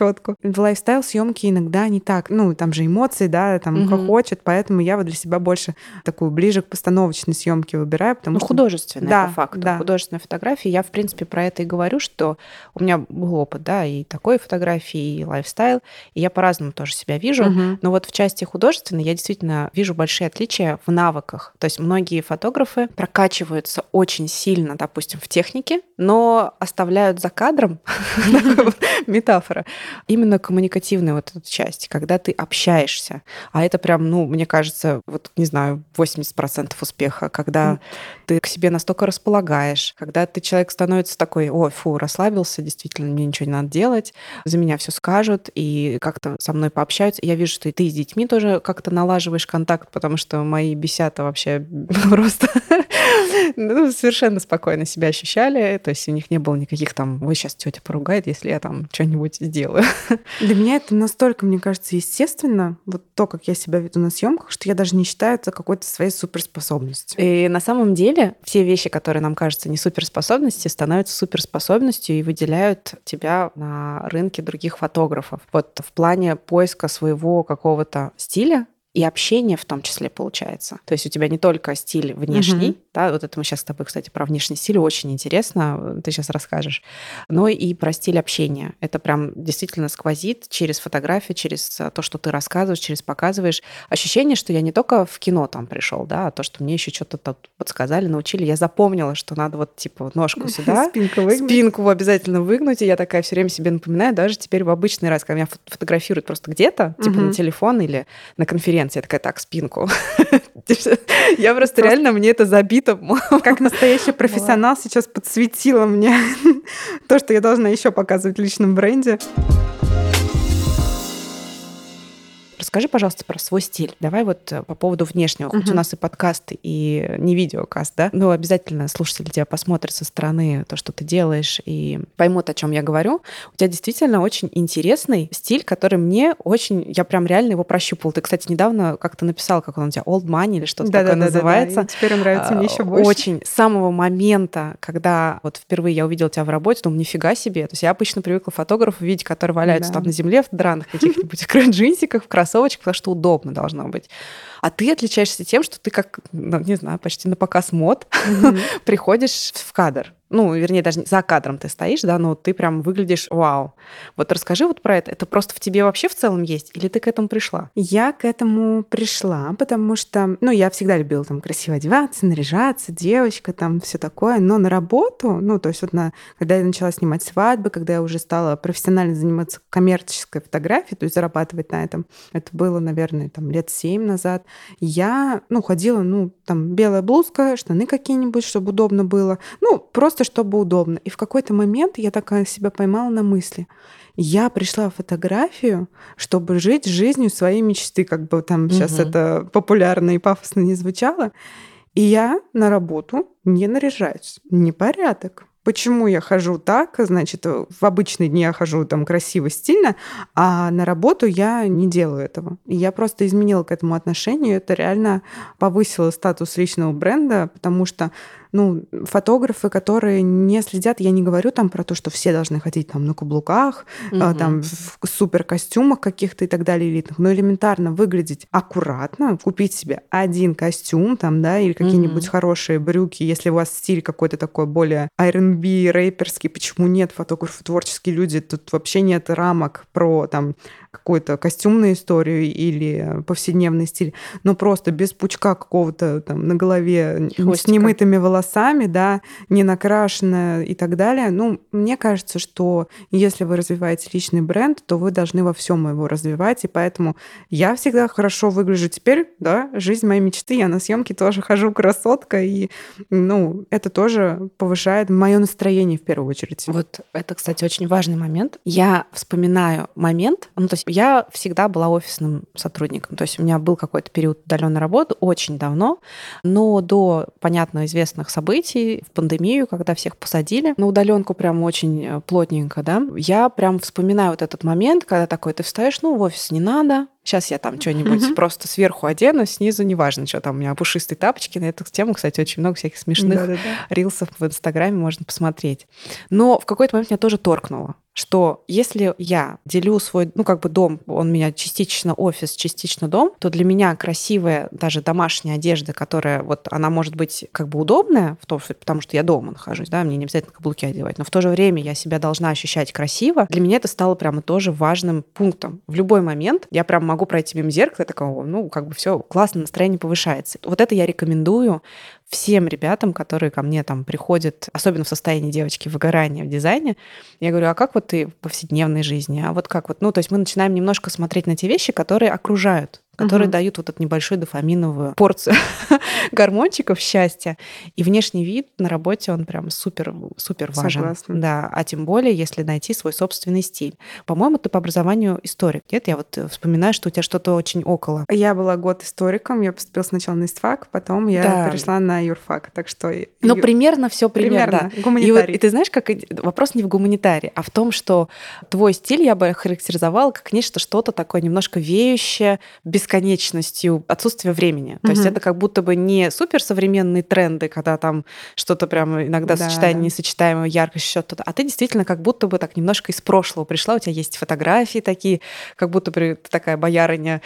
сковородку. В лайфстайл-съемки иногда не так. Ну, там же эмоции, да, там угу. хочет, поэтому я вот для себя больше такую ближе к постановочной съемке выбираю, потому ну, что... художественная, да, по факту. Да. Художественная фотография. Я, в принципе, про это и говорю, что у меня был опыт, да, и такой фотографии, и лайфстайл, и я по-разному тоже себя вижу. Угу. Но вот в части художественной я действительно вижу большие отличия в навыках. То есть многие фотографы прокачиваются очень сильно, допустим, в технике, но оставляют за кадром, метафора, именно коммуникативную вот эту часть, когда ты общаешься. А это прям, ну, мне кажется, вот, не знаю, восемьдесят процентов успеха, когда ты к себе настолько располагаешь, когда ты человек становится такой, ой, фу, расслабился, действительно, мне ничего не надо делать, за меня все скажут, и как-то со мной пообщаются. Я вижу, что и ты с детьми тоже как-то налаживаешь контакт, потому что мои бесята вообще просто ну, совершенно спокойно себя ощущали, то есть у них не было никаких там, ой, сейчас тетя поругает, если я там что-нибудь сделаю. Для меня это настолько, мне кажется, естественно, вот то, как я себя веду на съемках, что я даже не считаю это какой-то своей суперспособностью. И на самом деле все вещи, которые нам кажутся не суперспособностью, становятся суперспособностью и выделяют тебя на рынке других фотографов. Вот в плане поиска своего какого-то стиля, и общение в том числе получается. То есть у тебя не только стиль внешний, uh-huh. да, вот это мы сейчас с тобой, кстати, про внешний стиль очень интересно, ты сейчас расскажешь, но и про стиль общения. Это прям действительно сквозит через фотографию, через то, что ты рассказываешь, через показываешь. Ощущение, что я не только в кино там пришел, да, а то, что мне еще что-то тут подсказали, научили. Я запомнила, что надо вот типа ножку сюда, спинку выгнуть. Спинку обязательно выгнуть, и я такая все время себе напоминаю, даже теперь в обычный раз, когда меня фотографируют просто где-то, типа uh-huh. на телефон или на конференции, я такая, так, спинку. Я просто реально, мне это забито. Как настоящий профессионал сейчас подсветила мне то, что я должна еще показывать в личном бренде. Расскажи, пожалуйста, про свой стиль. Давай вот по поводу внешнего. Хоть uh-huh. у нас и подкаст, и не видеокаст, да? Но обязательно слушатели тебя посмотрят со стороны то, что ты делаешь, и поймут, о чем я говорю. У тебя действительно очень интересный стиль, который мне очень... Я прям реально его прощупала. Ты, кстати, недавно как-то написал, как он у тебя, Old Money или что-то да, такое да, называется. Да, да, да. Теперь он нравится мне еще больше. Очень. С самого момента, когда вот впервые я увидела тебя в работе, думаю, нифига себе. То есть я обычно привыкла фотографов видеть, которые валяются да. там на земле в драных каких-нибудь джинсиках, в кроссовках, потому что удобно должно быть. А ты отличаешься тем, что ты как, ну, не знаю, почти на показ мод mm-hmm. приходишь в кадр. Ну, вернее, даже за кадром ты стоишь, да, но ты прям выглядишь вау. Вот расскажи вот про это. Это просто в тебе вообще в целом есть? Или ты к этому пришла? Я к этому пришла, потому что, ну, я всегда любила там красиво одеваться, наряжаться, девочка, там все такое. Но на работу, ну, то есть вот на, когда я начала снимать свадьбы, когда я уже стала профессионально заниматься коммерческой фотографией, то есть зарабатывать на этом, это было, наверное, там лет семь назад, я, ну, ходила, ну, там, белая блузка, штаны какие-нибудь, чтобы удобно было. Ну, просто чтобы удобно. И в какой-то момент я такая себя поймала на мысли. Я пришла в фотографию, чтобы жить жизнью своей мечты, как бы там угу. сейчас это популярно и пафосно не звучало. И я на работу не наряжаюсь. Непорядок. Почему я хожу так? Значит, в обычные дни я хожу там красиво, стильно, а на работу я не делаю этого. И я просто изменила к этому отношению. Это реально повысило статус личного бренда, потому что ну, фотографы, которые не следят, я не говорю там про то, что все должны ходить там на каблуках, угу. там в супер костюмах каких-то и так далее элитных, но элементарно выглядеть аккуратно, купить себе один костюм там, да, или какие-нибудь угу. хорошие брюки, если у вас стиль какой-то такой более ар энд би, рэперский, почему нет? Фотографы творческие люди, тут вообще нет рамок про там какую-то костюмную историю или повседневный стиль, но просто без пучка какого-то там на голове, хвостика. С немытыми волосами, да, не накрашенная и так далее. Ну, мне кажется, что если вы развиваете личный бренд, то вы должны во всем его развивать, и поэтому я всегда хорошо выгляжу теперь, да, жизнь моей мечты, я на съемки тоже хожу красотка, и, ну, это тоже повышает мое настроение в первую очередь. Вот это, кстати, очень важный момент. Я вспоминаю момент, ну, то есть я всегда была офисным сотрудником, то есть у меня был какой-то период удаленной работы очень давно, но до, понятно, известных событий, в пандемию, когда всех посадили на удаленку прям очень плотненько, да, я прям вспоминаю вот этот момент, когда такой, ты встаешь, ну, в офис не надо, сейчас я там что-нибудь uh-huh. просто сверху одену, снизу неважно, что там у меня пушистые тапочки. На эту тему, кстати, очень много всяких смешных Да-да-да. рилсов в Инстаграме можно посмотреть. Но в какой-то момент меня тоже торкнуло, что если я делю свой, ну, как бы дом, он у меня частично офис, частично дом, то для меня красивая даже домашняя одежда, которая вот, она может быть как бы удобная, в том, потому что я дома нахожусь, да, мне не обязательно каблуки одевать, но в то же время я себя должна ощущать красиво. Для меня это стало прямо тоже важным пунктом. В любой момент я прям могу пройти мимо зеркала, такого, ну, как бы все классно, настроение повышается. Вот это я рекомендую всем ребятам, которые ко мне там приходят, особенно в состоянии девочки выгорания в дизайне. Я говорю, а как вот ты в повседневной жизни? А вот как вот? Ну, то есть мы начинаем немножко смотреть на те вещи, которые окружают, которые uh-huh. дают вот эту небольшую дофаминовую порцию гормончиков счастья. И внешний вид на работе, он прям супер, супер важен. Согласна. Да, а тем более, если найти свой собственный стиль. По-моему, ты по образованию историк. Нет, я вот вспоминаю, что у тебя что-то очень около. Я была год историком, я поступила сначала на истфак, потом я да. перешла на юрфак. Так что... Ну, ю... примерно все примерно. Примерно, гуманитарий. И, вот, и ты знаешь, как вопрос не в гуманитарии, а в том, что твой стиль я бы характеризовала как нечто, что-то такое немножко веющее, бесконечностью, отсутствие времени. То uh-huh. есть это как будто бы не суперсовременные тренды, когда там что-то прям иногда да, сочетание, да. несочетаемое, яркость, что-то, а ты действительно как будто бы так немножко из прошлого пришла, у тебя есть фотографии такие, как будто бы ты такая боярыня.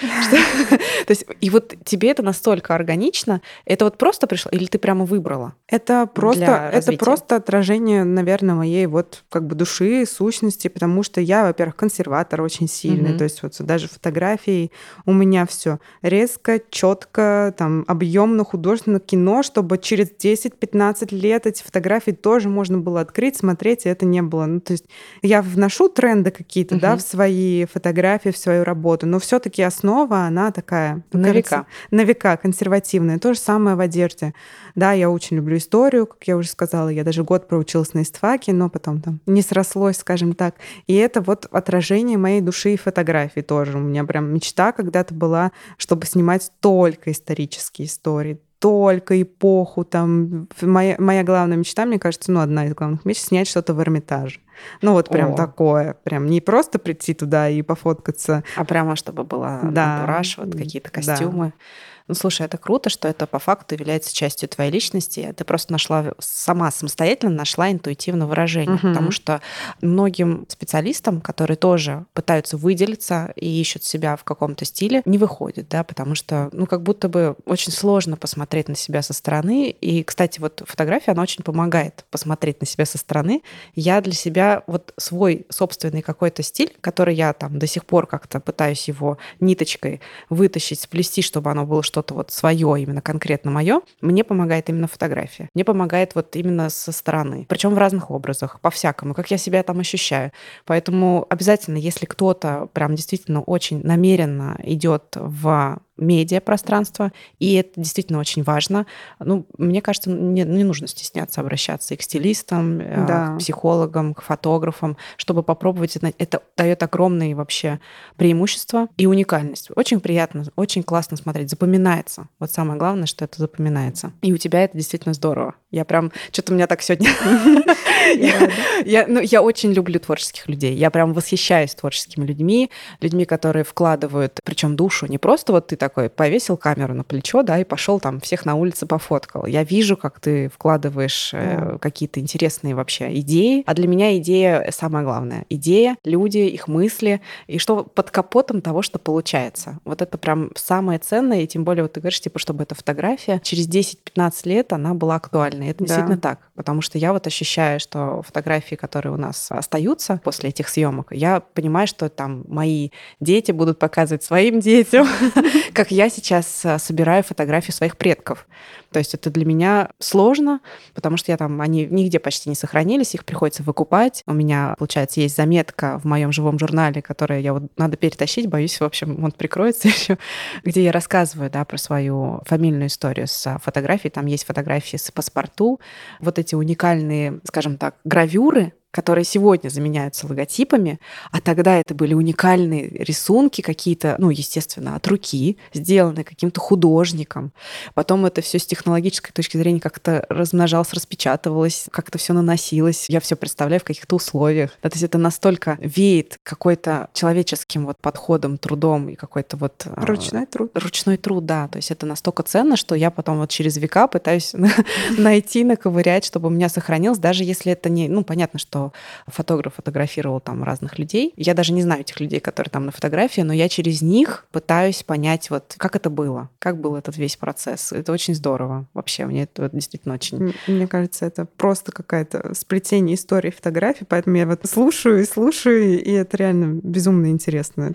То есть и вот тебе это настолько органично, это вот просто пришло, или ты прямо выбрала? Это просто, это просто отражение, наверное, моей вот как бы души, сущности, потому что я, во-первых, консерватор очень сильный, то есть вот даже фотографии у меня все резко, четко, там, объемно, художественно, кино, чтобы через десять-пятнадцать лет эти фотографии тоже можно было открыть, смотреть, и это не было. Ну, то есть я вношу тренды какие-то, uh-huh. да, в свои фотографии, в свою работу, но все-таки основа, она такая... На кажется, века. На века, консервативная. То же самое в одежде. Да, я очень люблю историю, как я уже сказала, я даже год проучилась на истфаке, но потом там не срослось, скажем так. И это вот отражение моей души и фотографий тоже. У меня прям мечта когда-то была, чтобы снимать только исторические истории, только эпоху. Там. Моя, моя главная мечта, мне кажется, ну, одна из главных мечт — снять что-то в Эрмитаже. Ну, вот прям О. такое. Прям не просто прийти туда и пофоткаться. А прямо чтобы была да. антураж, вот какие-то костюмы. Да. Ну, слушай, это круто, что это по факту является частью твоей личности. Ты просто нашла, сама самостоятельно нашла интуитивное выражение. Uh-huh. Потому что многим специалистам, которые тоже пытаются выделиться и ищут себя в каком-то стиле, не выходит, да, потому что, ну, как будто бы очень сложно посмотреть на себя со стороны. И, кстати, вот фотография, она очень помогает посмотреть на себя со стороны. Я для себя вот свой собственный какой-то стиль, который я там до сих пор как-то пытаюсь его ниточкой вытащить, сплести, чтобы оно было что-то вот свое, именно конкретно мое, мне помогает именно фотография. Мне помогает вот именно со стороны. Причем в разных образах, по-всякому, как я себя там ощущаю. Поэтому обязательно, если кто-то прям действительно очень намеренно идет в медиапространство, и это действительно очень важно. Ну, мне кажется, не, не нужно стесняться обращаться и к стилистам, да. к психологам, к фотографам, чтобы попробовать. Это, это дает огромные вообще преимущества и уникальность. Очень приятно, очень классно смотреть. Запоминается. Вот самое главное, что это запоминается. И у тебя это действительно здорово. Я прям... Что-то у меня так сегодня... Я очень люблю творческих людей. Я прям восхищаюсь творческими людьми, людьми, которые вкладывают, причем душу, не просто вот ты такой повесил камеру на плечо, да, и пошел там всех на улице пофоткал. Я вижу, как ты вкладываешь э, какие-то интересные вообще идеи. А для меня идея самое главное. Идея, люди, их мысли, и что под капотом того, что получается. Вот это прям самое ценное, и тем более вот ты говоришь, типа, чтобы эта фотография через десять-пятнадцать лет, она была актуальна. И это да. действительно так. Потому что я вот ощущаю, что фотографии, которые у нас остаются после этих съемок, я понимаю, что там мои дети будут показывать своим детям, как я сейчас собираю фотографии своих предков. То есть это для меня сложно, потому что я там, они нигде почти не сохранились, их приходится выкупать. У меня, получается, есть заметка в моем живом журнале, которую я вот надо перетащить, боюсь, в общем, он прикроется еще, где я рассказываю, да, про свою фамильную историю с фотографией. Там есть фотографии с паспорту, вот эти уникальные, скажем так, гравюры, которые сегодня заменяются логотипами, а тогда это были уникальные рисунки какие-то, ну, естественно, от руки, сделанные каким-то художником. Потом это все с технологической точки зрения как-то размножалось, распечатывалось, как-то все наносилось. Я все представляю в каких-то условиях. То есть это настолько веет какой-то человеческим вот подходом, трудом и какой-то вот... Ручной труд. Ручной труд, да. То есть это настолько ценно, что я потом вот через века пытаюсь найти, наковырять, чтобы у меня сохранилось, даже если это не... Ну, понятно, что фотограф фотографировал там разных людей. Я даже не знаю этих людей, которые там на фотографии, но я через них пытаюсь понять, вот как это было, как был этот весь процесс. Это очень здорово. Вообще, мне это действительно очень... Мне кажется, это просто какое-то сплетение истории фотографий, поэтому я вот слушаю и слушаю, и это реально безумно интересно.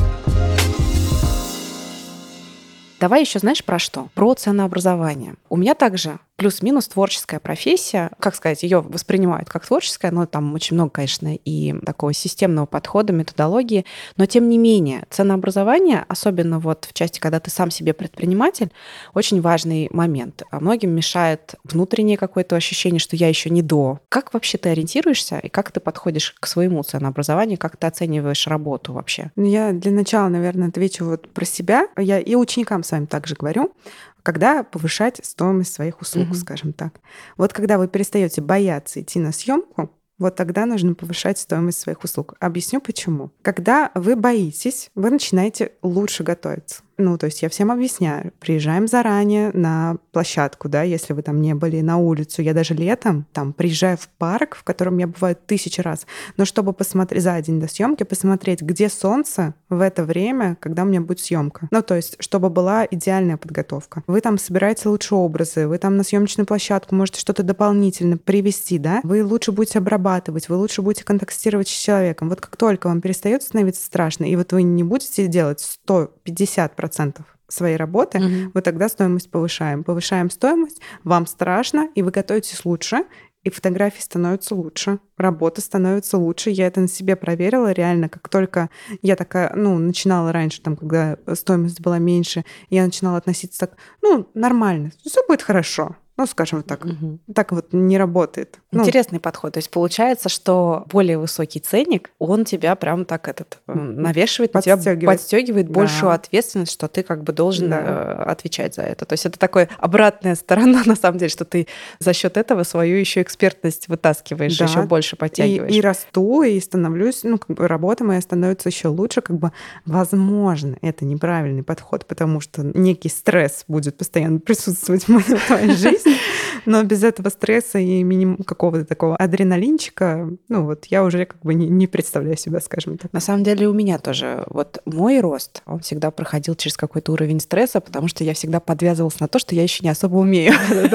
Давай еще знаешь про что? Про ценообразование. У меня также плюс-минус творческая профессия. Как сказать, ее воспринимают как творческая, но там очень много, конечно, и такого системного подхода, методологии. Но тем не менее, ценообразование, особенно вот в части, когда ты сам себе предприниматель, очень важный момент. А многим мешает внутреннее какое-то ощущение, что я еще не до. Как вообще ты ориентируешься и как ты подходишь к своему ценообразованию, как ты оцениваешь работу вообще? Я для начала, наверное, отвечу вот про себя. Я и ученикам с вами также говорю. Когда повышать стоимость своих услуг, mm-hmm. скажем так. Вот когда вы перестаете бояться идти на съемку, вот тогда нужно повышать стоимость своих услуг. Объясню почему. Когда вы боитесь, вы начинаете лучше готовиться. Ну, то есть я всем объясняю. Приезжаем заранее на площадку, да, если вы там не были, на улицу. Я даже летом там приезжаю в парк, в котором я бываю тысячи раз, но чтобы посмотреть за день до съемки, посмотреть, где солнце в это время, когда у меня будет съемка. Ну, то есть, чтобы была идеальная подготовка. Вы там собираете лучше образы, вы там на съемочную площадку можете что-то дополнительно привести, да, вы лучше будете обрабатывать, вы лучше будете контактировать с человеком. Вот как только вам перестает становиться страшно, и вот вы не будете делать сто пятьдесят процентов процентов своей работы, mm-hmm. мы тогда стоимость повышаем. Повышаем стоимость, вам страшно, и вы готовитесь лучше, и фотографии становятся лучше, работа становится лучше. Я это на себе проверила реально. Как только я такая, ну, начинала раньше, там, когда стоимость была меньше, я начинала относиться так, ну, нормально, все будет хорошо. Ну, скажем так. Угу. Так вот не работает. Интересный ну, подход. То есть получается, что более высокий ценник, он тебя прям так этот навешивает, подстегивает. тебя подстегивает да. большую ответственность, что ты как бы должен да. отвечать за это. То есть это такая обратная сторона, на самом деле, что ты за счет этого свою еще экспертность вытаскиваешь, да. еще больше подтягиваешь. И, и расту, и становлюсь, ну, как бы работа моя становится еще лучше. Как бы, возможно, это неправильный подход, потому что некий стресс будет постоянно присутствовать в твоей жизни. Но без этого стресса и минимум какого-то такого адреналинчика, ну вот я уже как бы не, не представляю себя, скажем так. На самом деле у меня тоже вот мой рост, он всегда проходил через какой-то уровень стресса, потому что я всегда подвязывалась на то, что я еще не особо умею.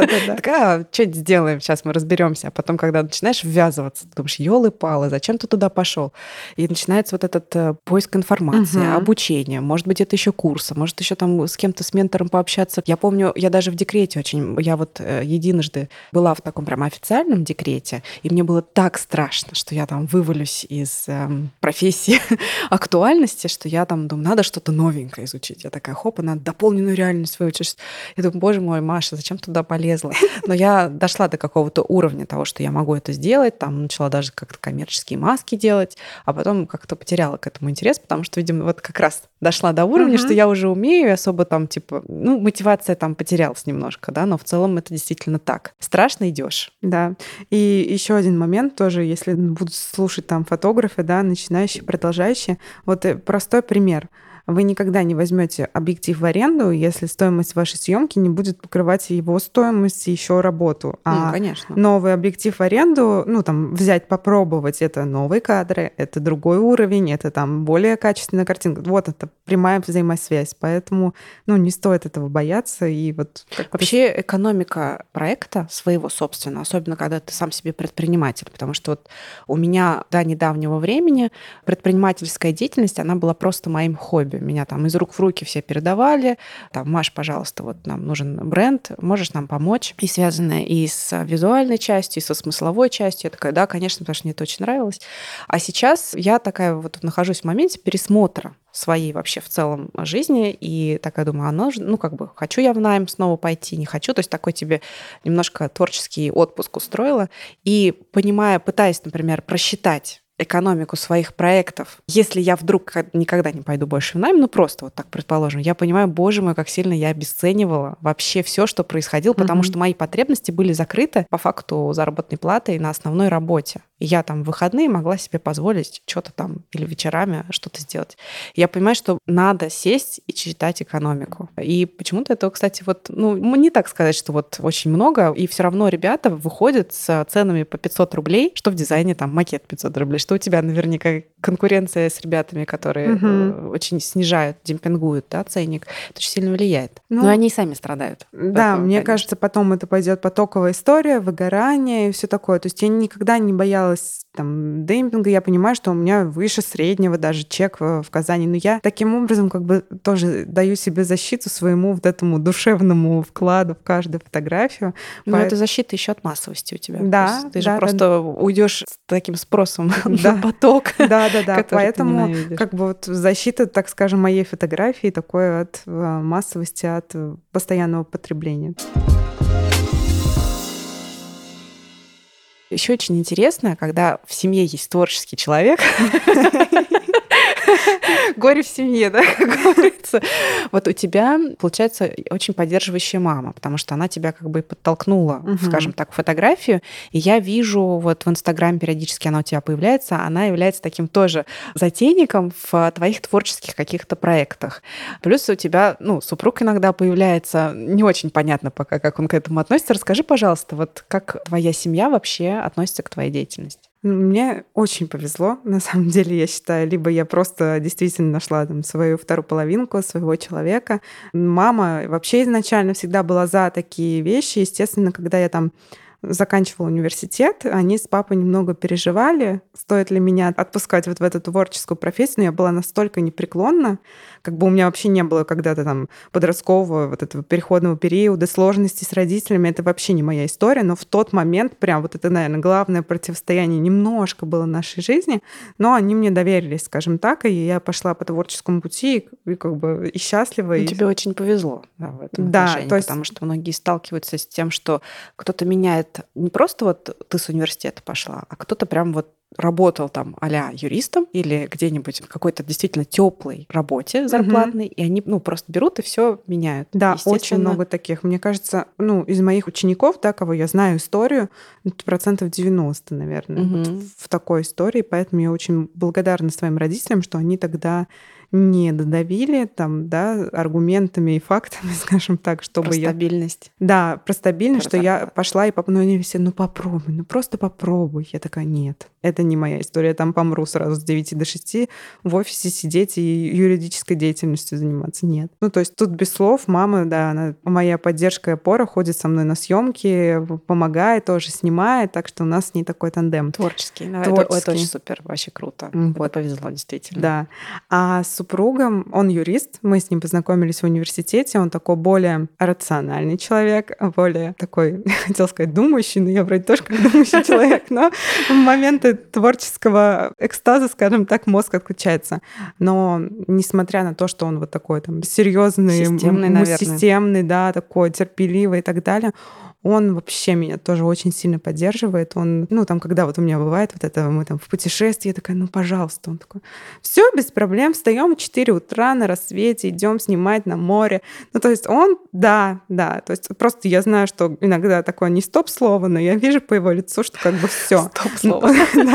Такая, что сделаем, сейчас мы разберемся. А потом, когда начинаешь ввязываться, ты думаешь, ёлы-палы, зачем ты туда пошел? И начинается вот этот поиск информации, обучение, может быть, это еще курсы, может еще там с кем-то, с ментором пообщаться. Я помню, я даже в декрете очень, я вот единожды была в таком прям официальном декрете, и мне было так страшно, что я там вывалюсь из эм, профессии актуальности, что я там думаю, надо что-то новенькое изучить. Я такая, хоп, надо дополненную реальность выучить. Я думаю, боже мой, Маша, зачем туда полезла? Но я дошла до какого-то уровня того, что я могу это сделать, там начала даже как-то коммерческие маски делать, а потом как-то потеряла к этому интерес, потому что, видимо, вот как раз дошла до уровня, uh-huh. что я уже умею, и особо там, типа, ну, мотивация там потерялась немножко, да, но в целом это действительно так. Страшно идешь. Да. И еще один момент тоже, если будут слушать там фотографы, да, начинающие, продолжающие. Вот простой пример. Вы никогда не возьмете объектив в аренду, если стоимость вашей съемки не будет покрывать его стоимость и еще работу. А ну, конечно. Новый объектив в аренду, ну, там, взять, попробовать, это новые кадры, это другой уровень, это там более качественная картинка. Вот это прямая взаимосвязь. Поэтому, ну, не стоит этого бояться. И вот вообще ты... экономика проекта своего собственного, особенно когда ты сам себе предприниматель, потому что вот у меня до недавнего времени предпринимательская деятельность, она была просто моим хобби. принципе, меня там из рук в руки все передавали. Там, Маш, пожалуйста, вот нам нужен бренд, можешь нам помочь? И связанное и с визуальной частью, и со смысловой частью. Я такая, да, конечно, потому что мне это очень нравилось. А сейчас я такая вот нахожусь в моменте пересмотра своей вообще в целом жизни, и такая думаю, а нужно, ну, как бы, хочу я в найм снова пойти, не хочу, то есть такой тебе немножко творческий отпуск устроила, и понимая, пытаясь, например, просчитать экономику своих проектов, если я вдруг никогда не пойду больше в найм, ну просто вот так предположим, я понимаю, боже мой, как сильно я обесценивала вообще все, что происходило, потому mm-hmm. что мои потребности были закрыты по факту заработной платой на основной работе. И я там в выходные могла себе позволить что-то там или вечерами что-то сделать. Я понимаю, что надо сесть и читать экономику. И почему-то это, кстати, вот, ну, не так сказать, что вот очень много, и все равно ребята выходят с ценами по пятьсот рублей, что в дизайне там макет пятьсот рублей, что у тебя наверняка конкуренция с ребятами, которые угу. очень снижают, демпингуют, да, ценник. Это очень сильно влияет. Ну, но они и сами страдают. Да, мне конечно. кажется, потом это пойдет потоковая история, выгорание и все такое. То есть я никогда не боялась там демпинга, я понимаю, что у меня выше среднего даже чек в, в Казани, но я таким образом как бы тоже даю себе защиту своему вот этому душевному вкладу в каждую фотографию. Но По... это защита еще от массовости у тебя. Да, ты да, же просто да. уйдешь с таким спросом да. на поток. Да, да, да. Поэтому как бы вот защита, так скажем, моей фотографии такой от массовости, от постоянного потребления. Еще очень интересно, когда в семье есть творческий человек, горе в семье, да, как говорится. Вот у тебя, получается, очень поддерживающая мама, потому что она тебя как бы подтолкнула, угу. скажем так, в фотографию. И я вижу, вот в Инстаграме периодически она у тебя появляется, она является таким тоже затейником в твоих творческих каких-то проектах. Плюс у тебя, ну, супруг иногда появляется, не очень понятно пока, как он к этому относится. Расскажи, пожалуйста, вот как твоя семья вообще относится к твоей деятельности? Мне очень повезло, на самом деле, я считаю. Либо я просто действительно нашла там свою вторую половинку, своего человека. Мама вообще изначально всегда была за такие вещи. Естественно, когда я там заканчивала университет, они с папой немного переживали, стоит ли меня отпускать вот в эту творческую профессию, но я была настолько непреклонна, как бы у меня вообще не было когда-то там подросткового вот этого переходного периода, сложностей с родителями, это вообще не моя история, но в тот момент прям вот это, наверное, главное противостояние немножко было в нашей жизни, но они мне доверились, скажем так, и я пошла по творческому пути и, и как бы и счастлива. Ну, и... Тебе очень повезло, да, в этом да, отношении, то есть... потому что многие сталкиваются с тем, что кто-то меняет не просто вот ты с университета пошла, а кто-то прям вот работал там а-ля юристом или где-нибудь в какой-то действительно теплой работе зарплатной, угу. и они ну, просто берут и все меняют. Да, очень много таких. Мне кажется, ну, из моих учеников, да, кого я знаю историю, процентов девяносто, наверное, угу. вот в такой истории. Поэтому я очень благодарна своим родителям, что они тогда не додавили там, да, аргументами и фактами, скажем так, чтобы про я... стабильность. Да, про стабильность, про что зарплату. Я пошла и папа, ну, они все, ну, попробуй, ну, просто попробуй. Я такая, нет, это не моя история, я там помру сразу с девяти до шести в офисе сидеть и юридической деятельностью заниматься. Нет. Ну, то есть тут без слов мама, да, она моя поддержка и опора, ходит со мной на съемки, помогает, тоже снимает, так что у нас с ней такой тандем. Творческий. Да, Творческий. Это, это очень супер, вообще круто. Вот. Это повезло, действительно. Да. А с супругом, он юрист, мы с ним познакомились в университете, он такой более рациональный человек, более такой, хотел сказать, думающий, но я вроде тоже как думающий человек, но в моменты творческого экстаза, скажем так, мозг отключается. Но несмотря на то, что он вот такой там серьезный, системный, системный, да, такой терпеливый и так далее, он вообще меня тоже очень сильно поддерживает. Он, ну, там, когда вот у меня бывает вот это, мы там в путешествии, я такая, ну, пожалуйста. Он такой, все без проблем, встаем в четыре утра на рассвете, идем снимать на море. Ну, то есть он, да, да, то есть просто я знаю, что иногда такое не стоп-слово, но я вижу по его лицу, что как бы все. Стоп-слово.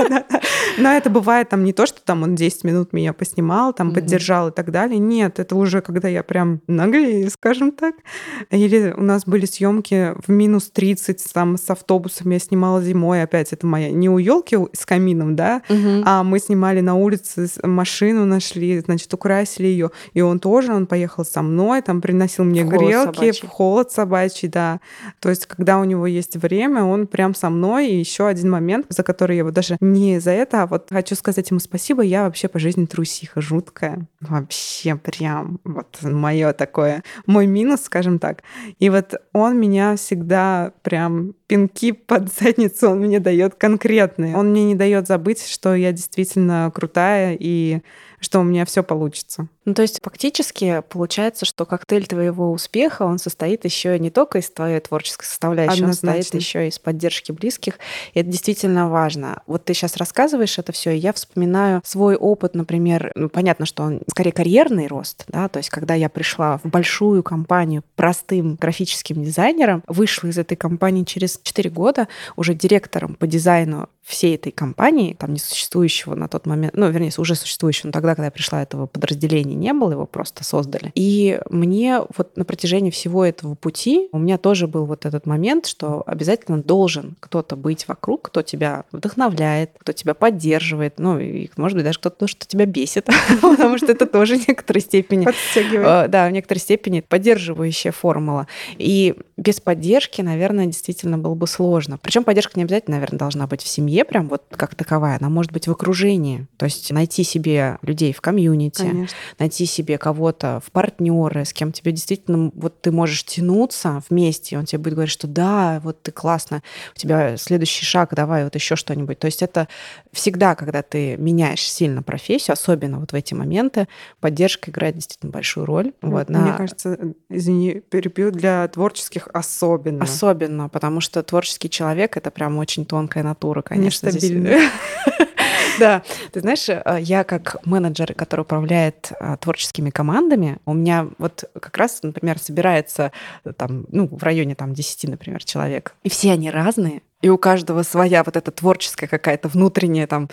Но это бывает там не то, что там он десять минут меня поснимал, там поддержал и так далее. Нет, это уже когда я прям наглею, скажем так. Или у нас были съемки в минус минус тридцать, там, с автобусом я снимала зимой, опять это моя, не у елки с камином, да, угу. а мы снимали на улице, машину нашли, значит, украсили ее, и он тоже, он поехал со мной, там, приносил мне в грелки, в холод собачий, да. То есть, когда у него есть время, он прям со мной. И еще один момент, за который я его даже не за это, а вот хочу сказать ему спасибо, я вообще по жизни трусиха жуткая. Вообще прям вот мое такое, мой минус, скажем так. И вот он меня всегда прям пинки под задницу он мне дает конкретные. Он мне не дает забыть, что я действительно крутая и что у меня все получится. Ну, то есть фактически получается, что коктейль твоего успеха, он состоит еще не только из твоей творческой составляющей, Однозначно. Он состоит еще из поддержки близких. И это действительно важно. Вот ты сейчас рассказываешь это все, и я вспоминаю свой опыт, например, ну, понятно, что он скорее карьерный рост, да, то есть когда я пришла в большую компанию простым графическим дизайнером, вышла из этой компании через четыре года уже директором по дизайну всей этой компании, там несуществующего на тот момент, ну, вернее, уже существующего, но тогда, когда я пришла, этого подразделения не было, его просто создали. И мне вот на протяжении всего этого пути у меня тоже был вот этот момент, что обязательно должен кто-то быть вокруг, кто тебя вдохновляет, кто тебя поддерживает, ну, и, может быть, даже кто-то, что тебя бесит, потому что это тоже в некоторой степени... Подстегивает. Да, в некоторой степени поддерживающая формула. И без поддержки, наверное, действительно было бы сложно. Причем поддержка не обязательно, наверное, должна быть в семье, прям вот как таковая, она может быть в окружении. То есть найти себе людей в комьюнити, Конечно. найти себе кого-то в партнеры, с кем тебе действительно вот ты можешь тянуться вместе, и он тебе будет говорить, что да, вот ты классно, у тебя следующий шаг, давай вот еще что-нибудь. То есть это всегда, когда ты меняешь сильно профессию, особенно вот в эти моменты, поддержка играет действительно большую роль. Вот, Мне на... кажется, извини, перебью, для творческих особенно. Особенно, потому что творческий человек — это прям очень тонкая натура, конечно. Нестабильный. Да, ты знаешь, я как менеджер, который управляет творческими командами, у меня вот как раз, например, собирается там, ну, в районе там десяти, например, человек, и все они разные, и у каждого своя вот эта творческая какая-то внутренняя там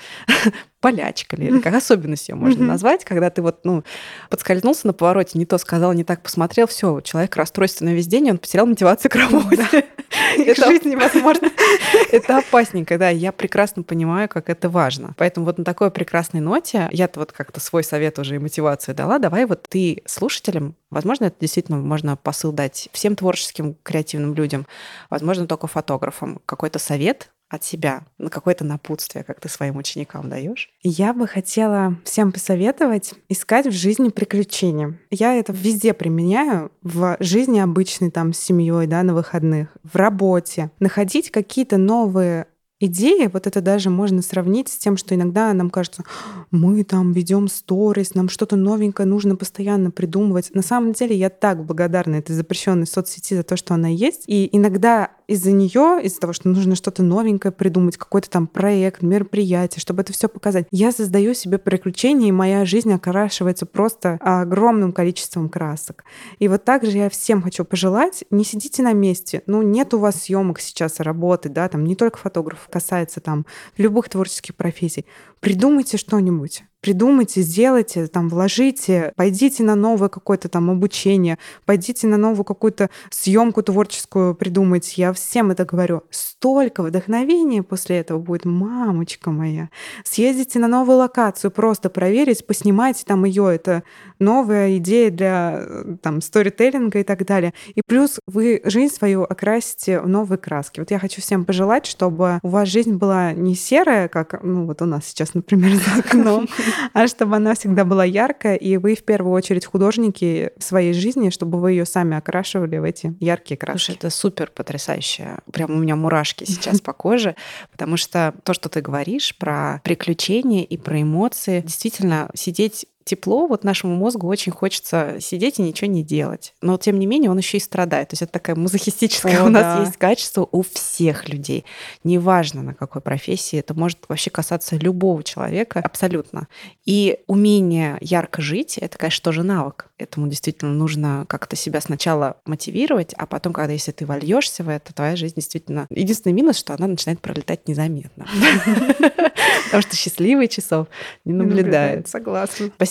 полячка или как особенность ее можно назвать, когда ты вот, ну, подскользнулся на повороте, не то сказал, не так посмотрел, все, человек расстройственный весь день, он потерял мотивацию к работе. Это жизнь невозможно. Это опасненько, да, я прекрасно понимаю, как это важно. Поэтому вот на такой прекрасной ноте я-то вот как-то свой совет уже и мотивацию дала. Давай вот ты слушателям, возможно, это действительно можно посыл дать всем творческим, креативным людям, возможно, только фотографам, какой-то совет от себя, на какое-то напутствие, как ты своим ученикам даешь? Я бы хотела всем посоветовать искать в жизни приключения. Я это везде применяю, в жизни обычной, там, с семьей, да, на выходных, в работе. Находить какие-то новые идеи, вот это даже можно сравнить с тем, что иногда нам кажется, мы там ведем сторис, нам что-то новенькое нужно постоянно придумывать. На самом деле я так благодарна этой запрещенной соцсети за то, что она есть. И иногда из-за нее, из-за того, что нужно что-то новенькое придумать, какой-то там проект, мероприятие, чтобы это все показать, я создаю себе приключения, и моя жизнь окрашивается просто огромным количеством красок. И вот также я всем хочу пожелать, не сидите на месте. Ну, нет у вас съемок сейчас работы, да, там не только фотографов, касается там любых творческих профессий. Придумайте что-нибудь. Придумайте, сделайте, там, вложите, пойдите на новое какое-то там обучение, пойдите на новую какую-то съемку творческую придумайте. Я всем это говорю. Столько вдохновения после этого будет, мамочка моя. Съездите на новую локацию, просто проверить, поснимайте там ее. Это новая идея для там сторителлинга и так далее. И плюс вы жизнь свою окрасите в новые краски. Вот я хочу всем пожелать, чтобы у вас жизнь была не серая, как, ну, вот у нас сейчас, например, за окном, а чтобы она всегда была яркая, и вы в первую очередь художники своей жизни, чтобы вы ее сами окрашивали в эти яркие краски. Слушай, это супер потрясающе. Прям у меня мурашки сейчас по коже, потому что то, что ты говоришь про приключения и про эмоции, действительно сидеть тепло, вот нашему мозгу очень хочется сидеть и ничего не делать. Но, тем не менее, он еще и страдает. То есть это такая мазохистическая О, у нас да. есть качество у всех людей. Неважно, на какой профессии. Это может вообще касаться любого человека абсолютно. И умение ярко жить — это, конечно, тоже навык. Этому действительно нужно как-то себя сначала мотивировать, а потом, когда если ты вольешься в это, твоя жизнь действительно... Единственный минус, что она начинает пролетать незаметно. Потому что счастливых часов не наблюдается. Согласна. Спасибо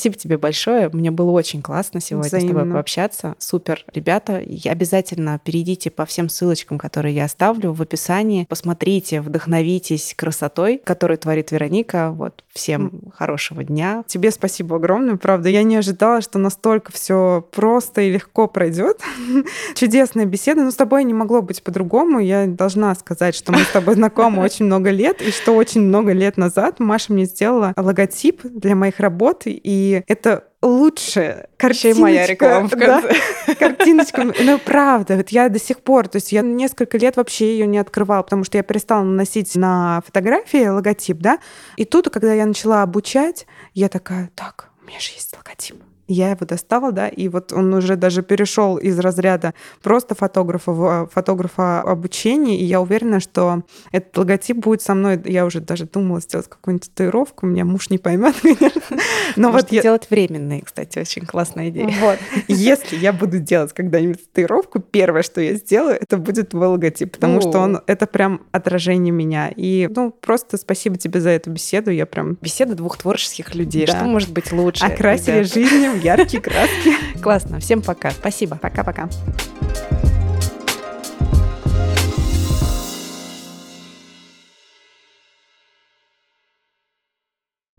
Спасибо тебе большое. Мне было очень классно сегодня Взаимно. с тобой пообщаться. Супер, ребята. И обязательно перейдите по всем ссылочкам, которые я оставлю в описании. Посмотрите, вдохновитесь красотой, которую творит Вероника. Вот. Всем хорошего дня. Тебе спасибо огромное. Правда, я не ожидала, что настолько все просто и легко пройдет. Чудесная беседа. Но с тобой не могло быть по-другому. Я должна сказать, что мы с тобой знакомы очень много лет, и что очень много лет назад Маша мне сделала логотип для моих работ, и это лучшая картиночка. Моя реклама в конце. Да, картиночка. Ну, правда, вот я до сих пор, то есть я несколько лет вообще ее не открывала, потому что я перестала наносить на фотографии логотип, да, и тут, когда я начала обучать, я такая, так, у меня же есть логотип. Я его достала, да, и вот он уже даже перешел из разряда просто фотографа в фотографа обучения, и я уверена, что этот логотип будет со мной. Я уже даже думала сделать какую-нибудь татуировку, меня муж не поймет, конечно. Но вот я... делать временные, кстати, очень классная идея. Вот. Если я буду делать когда-нибудь татуировку, первое, что я сделаю, это будет твой логотип, потому О. что он это прям отражение меня. И ну просто спасибо тебе за эту беседу. Я прям беседа двух творческих людей. Да. Что может быть лучше? Окрасили жизнь в яркие краски. Классно. Всем пока. Спасибо. Пока-пока.